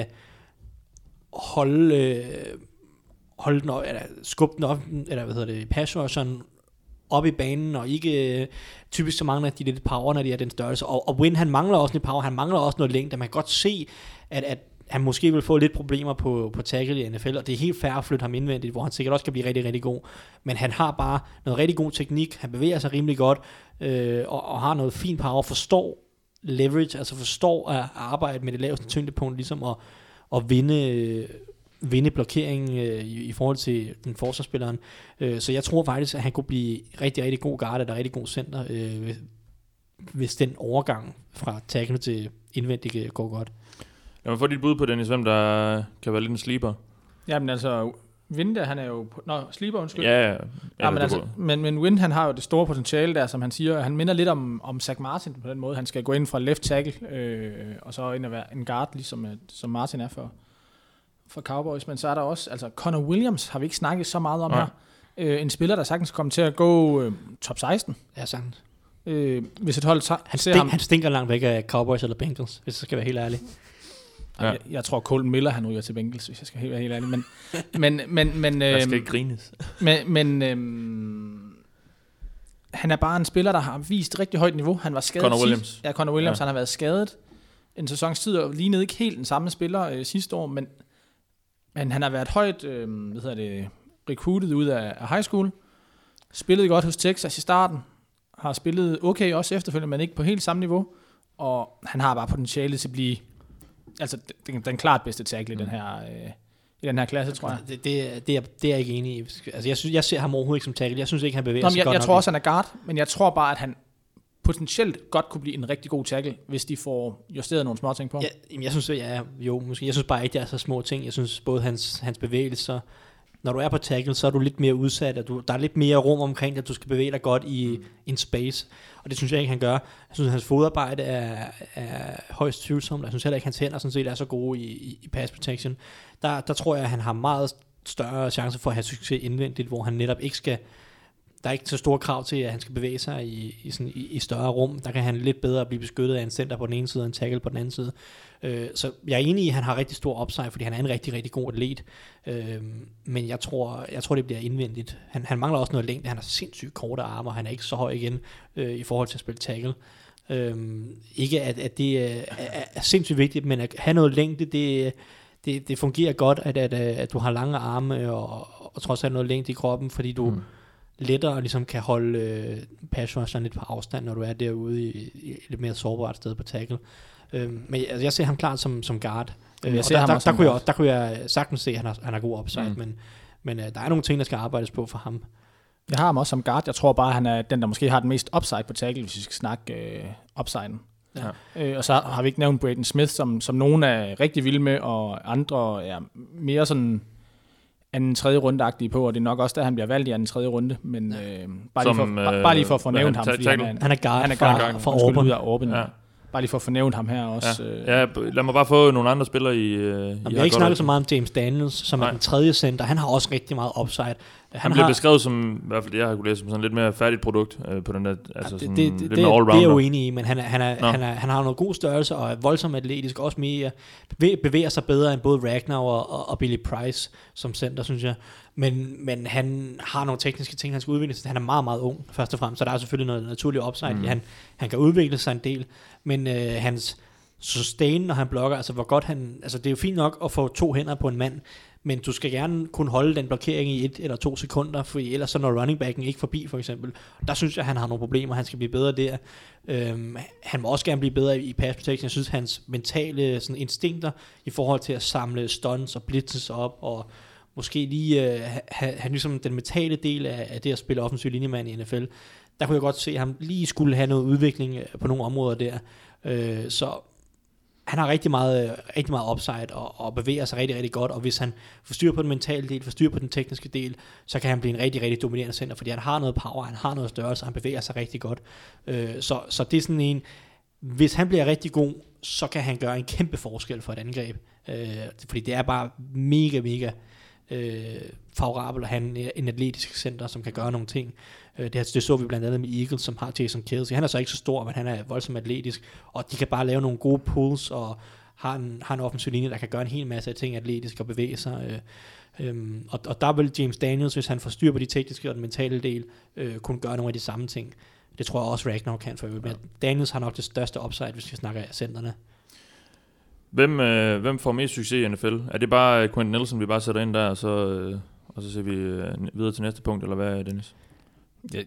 holde den op, eller skubbe den op, eller pass rusheren op i banen, og ikke typisk så mangler de lidt power, når de er den størrelse. Og Wynn, han mangler også lidt power, han mangler også noget længde. Man kan godt se, at han måske vil få lidt problemer på tackle i NFL, og det er helt fair at flytte ham indvendigt, hvor han sikkert også kan blive rigtig, rigtig god. Men han har bare noget rigtig god teknik, han bevæger sig rimelig godt, og har noget fin power, forstår leverage, altså forstår at arbejde med det laveste tyngdepunkt, ligesom at vinde blokeringen i forhold til den forsvarsspilleren. Så jeg tror faktisk, at han kunne blive rigtig, rigtig god guard, eller rigtig god center, hvis den overgang fra tackle til indvendigt går godt. Lad mig få dit bud på, Dennis, hvem der kan være lidt en sleeper. Jamen altså, Wynn, han er jo... sleeper, undskyld. Ja, men Wynn, han har jo det store potentiale der, som han siger. Han minder lidt om Zach Martin på den måde. Han skal gå ind fra left tackle, og så ind og være en guard, ligesom som Martin er for Cowboys. Men så er der også... Altså, Connor Williams har vi ikke snakket så meget om her. En spiller, der sagtens kommer til at gå top 16. Ja, sagtens. Hvis et hold han stinker langt væk af Cowboys eller Bengals, hvis jeg skal være helt ærlig. Ja. Jeg tror, Colton Miller, han ryger til Bengals, hvis jeg skal være helt ærlig. Men der skal ikke grines. Men han er bare en spiller, der har vist rigtig højt niveau. Han var skadet. Connor Williams. Connor Williams, han har været skadet en sæsons tid, og lignede ikke helt den samme spiller sidste år, men han har været højt, recruited ud af high school. Spillede godt hos Texas i starten. Har spillet okay også efterfølgende, men ikke på helt samme niveau. Og han har bare potentiale til at blive altså den klart bedste tackle i den her klasse, tror jeg. Det er jeg ikke enig i. Altså, jeg ser ham overhovedet ikke som tackle. Jeg synes ikke, han bevæger sig godt nok. Jeg tror også, han er guard, men jeg tror bare, at han potentielt godt kunne blive en rigtig god tackle, hvis de får justeret nogle små ting på. Ja, jeg synes, måske. Jeg synes bare ikke, det er så små ting. Jeg synes både hans bevægelser, når du er på tackle, så er du lidt mere udsat, og der er lidt mere rum omkring, at du skal bevæge dig godt i en space, og det synes jeg ikke, han gør. Jeg synes, at hans fodarbejde er højst tvivlsomt. Jeg synes heller ikke, at hans hænder sådan set er så gode i pass protection. Der tror jeg, at han har meget større chance for at have succes indvendigt, hvor han netop ikke skal der er ikke så store krav til, at han skal bevæge sig i større rum. Der kan han lidt bedre blive beskyttet af en center på den ene side og en tackle på den anden side. Så jeg er enig i, at han har rigtig stor upside, fordi han er en rigtig, rigtig god atlet. Men jeg tror, det bliver indvendigt. Han mangler også noget længde. Han har sindssygt korte arme, og han er ikke så høj igen i forhold til at spille tackle. Ikke at det er sindssygt vigtigt, men at have noget længde, det fungerer godt, at du har lange arme og trods alt noget længde i kroppen, fordi du lettere ligesom kan holde pass rusheren lidt på afstand, når du er derude i lidt mere sårbart sted på tackle. Men altså, jeg ser ham klart som guard. Der kunne jeg sagtens se, at han har god upside, men der er nogle ting, der skal arbejdes på for ham. Jeg har ham også som guard. Jeg tror bare, han er den, der måske har den mest upside på tackle, hvis vi skal snakke upsiden. Ja. Og så har vi ikke nævnt Braden Smith, som nogen er rigtig vilde med, og andre er mere sådan anden tredje runde-agtige på, og det er nok også der, han bliver valgt i anden tredje runde, men bare lige for at få nævnt ham, fordi han er guard fra Auburn. Ja. Bare lige for at fornævne ham her også. Ja, lad mig bare få nogle andre spillere i jeg har ikke snakket så meget om James Daniels, som er den tredje center. Han har også rigtig meget upside. Han bliver beskrevet som, i hvert fald det jeg har kunne læse, som sådan lidt mere færdigt produkt på den der, altså sådan lidt mere Det allrounder. er jeg uenig i, men han har noget god størrelse og er voldsomt atletisk, også mere bevæger sig bedre end både Ragnar og Billy Price som center, synes jeg. Men han har nogle tekniske ting, han skal udvikle sig. Han er meget, meget ung, først og fremmest, så der er selvfølgelig noget naturligt upside. Han kan udvikle sig en del, men hans sustain, når han blokker, altså hvor godt han, altså det er jo fint nok at få 2 hænder på en mand, men du skal gerne kunne holde den blokering i 1 eller 2 sekunder, for ellers så når running backen ikke forbi, for eksempel. Der synes jeg, han har nogle problemer, han skal blive bedre der. Han må også gerne blive bedre i pass protection. Jeg synes, hans mentale sådan, instinkter i forhold til at samle stunts og blitzes op, og måske lige have ligesom den mentale del af det at spille offensiv linjemand i NFL. Der kunne jeg godt se, at han lige skulle have noget udvikling på nogle områder der. Så han har rigtig meget upside og bevæger sig rigtig, rigtig godt, og hvis han får styr på den mentale del, får styr på den tekniske del, så kan han blive en rigtig, rigtig dominerende center, fordi han har noget power, han har noget størrelse, han bevæger sig rigtig godt. Så det er sådan en, hvis han bliver rigtig god, så kan han gøre en kæmpe forskel for et angreb, fordi det er bare mega, mega favorabelt at have en atletisk center, som kan gøre nogle ting. Det så vi blandt andet med Eagles, som har Jason Kelce. Han er så ikke så stor, men han er voldsomt atletisk, og de kan bare lave nogle gode pulls, og har en offensiv linje, der kan gøre en hel masse af ting atletisk og bevæge sig. Og der vil James Daniels, hvis han får styr på de tekniske og den mentale del, kunne gøre nogle af de samme ting. Det tror jeg også Ragnar kan for øvrigt. Men Daniels har nok det største upside, hvis vi snakker af centerne. Hvem får mest succes i NFL? Er det bare Quentin Nelson, vi bare sætter ind der, og så ser vi videre til næste punkt, eller hvad er Dennis? Ja,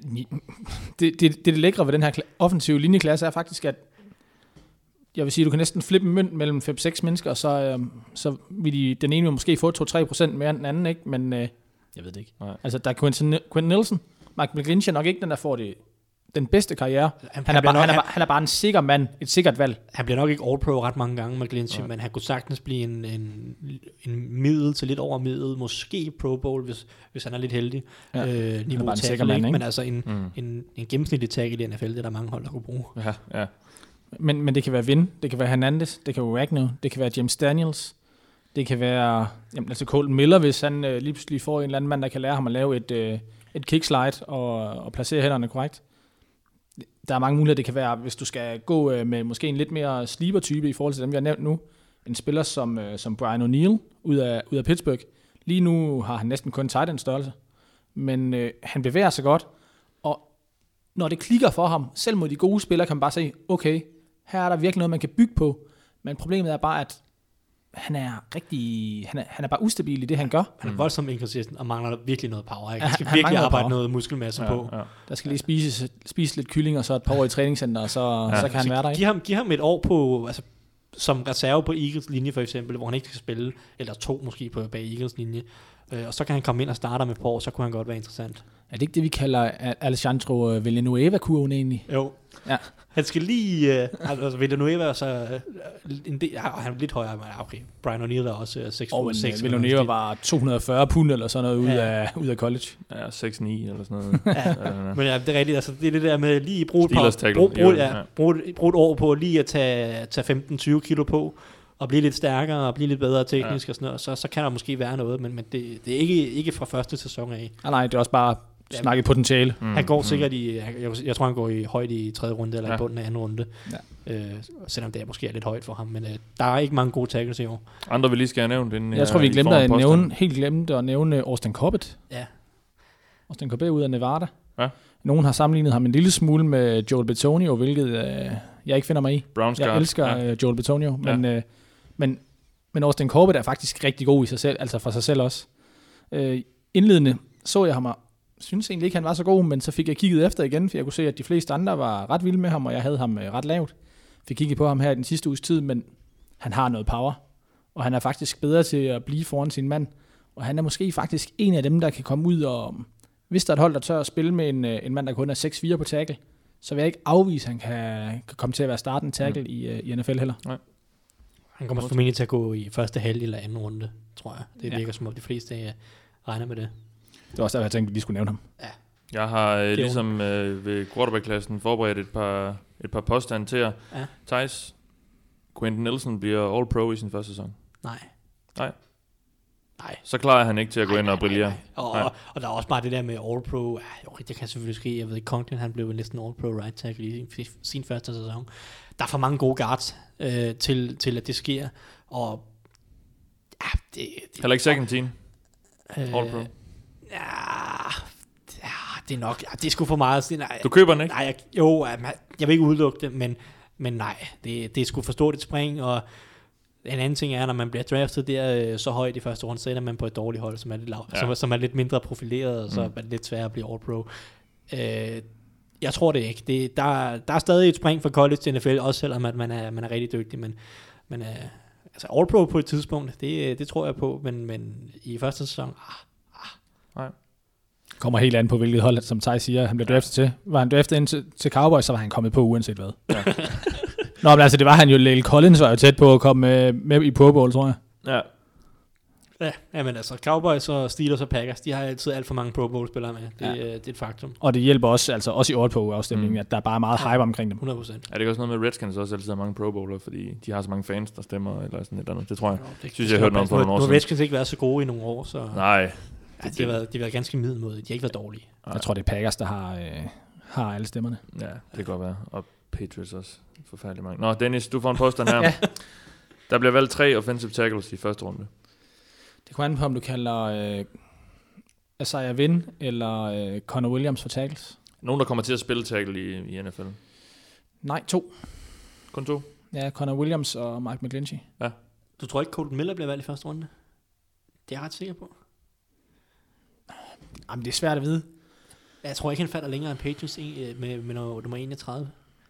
det lækre ved den her offensive linjeklasse er faktisk, at jeg vil sige, du kan næsten flippe en mønt mellem 5-6 mennesker, og så vil den ene måske få 2-3% mere end den anden, ikke? Men jeg ved det ikke. Nej. Altså, der er Quentin Nelson, Mike McGlinchey er nok ikke den, der får den bedste karriere. Han er bare en sikker mand, et sikkert valg. Han bliver nok ikke All-Pro ret mange gange med McGlinchey, men han kunne sagtens blive en middel til lidt over middel, måske Pro Bowl, hvis han er lidt heldig. Niveau tackle, ikke? Men altså en gennemsnitlig tackle i NFL, det er der mange hold, der kunne bruge. Ja. Men det kan være Vin, det kan være Hernandez, det kan være Ragnar, det kan være James Daniels, det kan være Colton Miller, hvis han lige pludselig får en eller anden mand, der kan lære ham at lave et kickslide og placere hænderne korrekt. Der er mange muligheder. Det kan være, hvis du skal gå med måske en lidt mere sleeper-type i forhold til dem, vi har nævnt nu. En spiller som Brian O'Neill ud af Pittsburgh. Lige nu har han næsten kun tight end størrelse. Men han bevæger sig godt. Og når det klikker for ham, selv mod de gode spillere, kan man bare se, okay, her er der virkelig noget, man kan bygge på. Men problemet er bare, at han er bare ustabil i det, han gør. Han er voldsomt inconsistent og mangler virkelig noget power. Ikke? Han skal virkelig arbejde noget muskelmasse på. Ja. Der skal lige spise lidt kylling og så et par år i træningscenter, og så kan han være der. Ikke? Giv ham et år på, altså, som reserve på Eagles linje for eksempel, hvor han ikke skal spille, eller 2 måske på bag Eagles linje. Og så kan han komme ind og starte med et par år, så kunne han godt være interessant. Er det ikke det, vi kalder Alessandro Villanueva-kurven egentlig? Jo. Ja. Han skal lige... altså Villanueva, så... han er lidt højere, men okay. Brian O'Neill er også 6'6". Villanueva var 240 pund eller sådan noget ud af college. Ja, 6'9 eller sådan noget. Men ja, det er rigtigt. Altså, det er det der med lige brug et år på lige at tage 15-20 kilo på, og blive lidt stærkere og blive lidt bedre teknisk og sådan noget, så kan der måske være noget, men det er ikke fra første sæson af. Nej, det er også bare snakke potentiale. Han går sikkert jeg tror han går i højt i 3. runde, eller i bunden af 2. runde. Selvom det måske er lidt højt for ham, men der er ikke mange gode tackles i år. Andre vi lige skal have nævnt inden. Jeg tror vi glemte at nævne Austin Corbett. Ja. Austin Corbett ud af Nevada. Ja. Nogen har sammenlignet ham en lille smule med Joel Bitonio, hvilket jeg ikke finder mig i. Jeg elsker Joel Bitonio, men Austin Corbett er faktisk rigtig god i sig selv, altså for sig selv også. Indledende så jeg ham og synes egentlig ikke, han var så god, men så fik jeg kigget efter igen, for jeg kunne se, at de fleste andre var ret vilde med ham, og jeg havde ham ret lavt. Fik kigget på ham her i den sidste uges tid, men han har noget power, og han er faktisk bedre til at blive foran sin mand, og han er måske faktisk en af dem, der kan komme ud og, hvis der er et hold, der tør at spille med en mand, der kun er 6-4 på tackle, så vil jeg ikke afvise, at han kan komme til at være startende tackle i NFL heller. Nej. Han kommer formentlig til at gå i første halvdel eller 2. runde, tror jeg. Det virker som om de fleste regner med det. Det var også der, jeg tænkte, at vi skulle nævne ham. Ja. Jeg har ligesom ved quarterback-klassen forberedt et par påstande til jer. Ja. Thijs, Quentin Nelson bliver All-Pro i sin første sæson. Nej. Så klarer han ikke til at gå ind og brillere. Og der er også bare det der med All-Pro. Jo, det kan selvfølgelig ske. Jeg ved ikke, Conklin han blev næsten All-Pro right tackle i sin første sæson. Der er for mange gode guards til at det sker. Og det heller ikke second team. All-Pro. Det er nok. Det er sgu for meget. Du køber den ikke? Nej, jeg vil ikke udelukke det, men nej. Det er sgu for stort et spring, og en anden ting er, når man bliver draftet der så højt i første runde, så ender man på et dårligt hold, som er lidt, som er lidt mindre profileret, og så er det lidt sværere at blive All-Pro. Jeg tror det ikke. Der er stadig et spring fra college til NFL, også selvom at man er rigtig dygtig, men altså All-Pro på et tidspunkt, det tror jeg på, men i første sæson, nej. Kommer helt an på, hvilket hold, som Thijs siger, han bliver draftet til. Var han draftet ind til Cowboys, så var han kommet på uanset hvad. Ja. Nå, men altså, det var han jo. Lale Collins var jo tæt på at komme med i Pro Bowl, tror jeg. Ja, men altså, Cowboys og Steelers og Packers, de har altid alt for mange Pro Bowl-spillere med. Det er et faktum. Og det hjælper også i All-Pro-afstemningen, at der er bare meget hype omkring dem. 100%. Er det ikke også noget med, Redskins også altid har mange Pro Bowler, fordi de har så mange fans, der stemmer, eller sådan et eller andet. Det tror jeg. Synes jeg har hørt noget for nogle år siden. Nu har Redskins ikke været så gode i nogle år, så... Nej. Ja, de har været ganske middelmådige. De har ikke været dårlige. Jeg tror, det er Packers, der har alle stemmerne. Ja, det kan godt være. Og Patriots også. Forfærdelig mange. Nå, Dennis, du får en påstand her. Ja. Der bliver valgt 3 offensive tackles i første runde. Det kunne an på, om du kalder Isaiah Wynn eller Connor Williams for tackles. Nogen, der kommer til at spille tackle i NFL? Nej, 2. Kun 2? Ja, Connor Williams og Mike McGlinchey. Ja. Du tror ikke, Colton Miller bliver valgt i første runde? Det er jeg ret sikker på. Jamen, det er svært at vide. Jeg tror ikke, han falder længere end Patriots med nummer 31.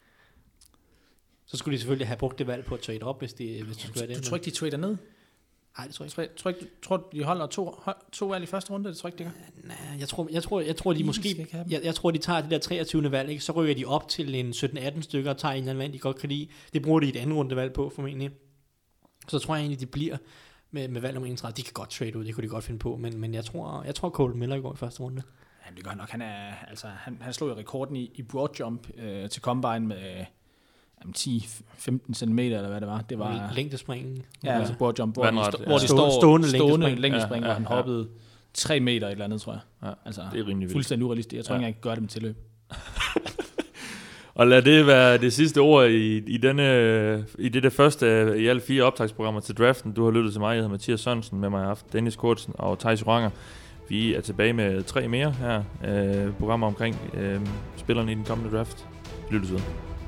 Så skulle de selvfølgelig have brugt det valg på at trade op, hvis det skulle være det. Du tror ikke, de trader ned? Nej, det tror jeg ikke. Tror de holder to valg i første runde? Det tror ikke, det gør? Nej, jeg tror de måske... Jeg tror, de tager det der 23. valg, ikke? Så rykker de op til en 17-18 stykker og tager en eller anden valg, de godt kan lide. Det bruger de et andet runde valg på, formentlig. Så tror jeg egentlig, de bliver med valg nummer 31. De kan godt trade ud, det kunne de godt finde på, men jeg tror Colton Miller går i første runde. Ja, det gør nok. Han slog jo rekorden i broad jump til combine med 10-15 cm, eller hvad det var. Det var længdespringen. Ja, altså broad jump, hvor de står stående længdespring, hvor han hoppede 3 meter et eller andet, tror jeg. Ja, altså, det er rimelig vildt. Fuldstændig urealistisk. Jeg tror ikke, jeg kan gøre det med tilløb. Og lad det være det sidste ord i det første i alle 4 optagsprogrammer til draften. Du har lyttet til mig. Jeg hedder Mathias Sørensen. Med mig i aften Dennis Kortsen og Thijs Ranger. Vi er tilbage med 3 mere her. Programmer omkring spillerne i den kommende draft. Lyttes ud.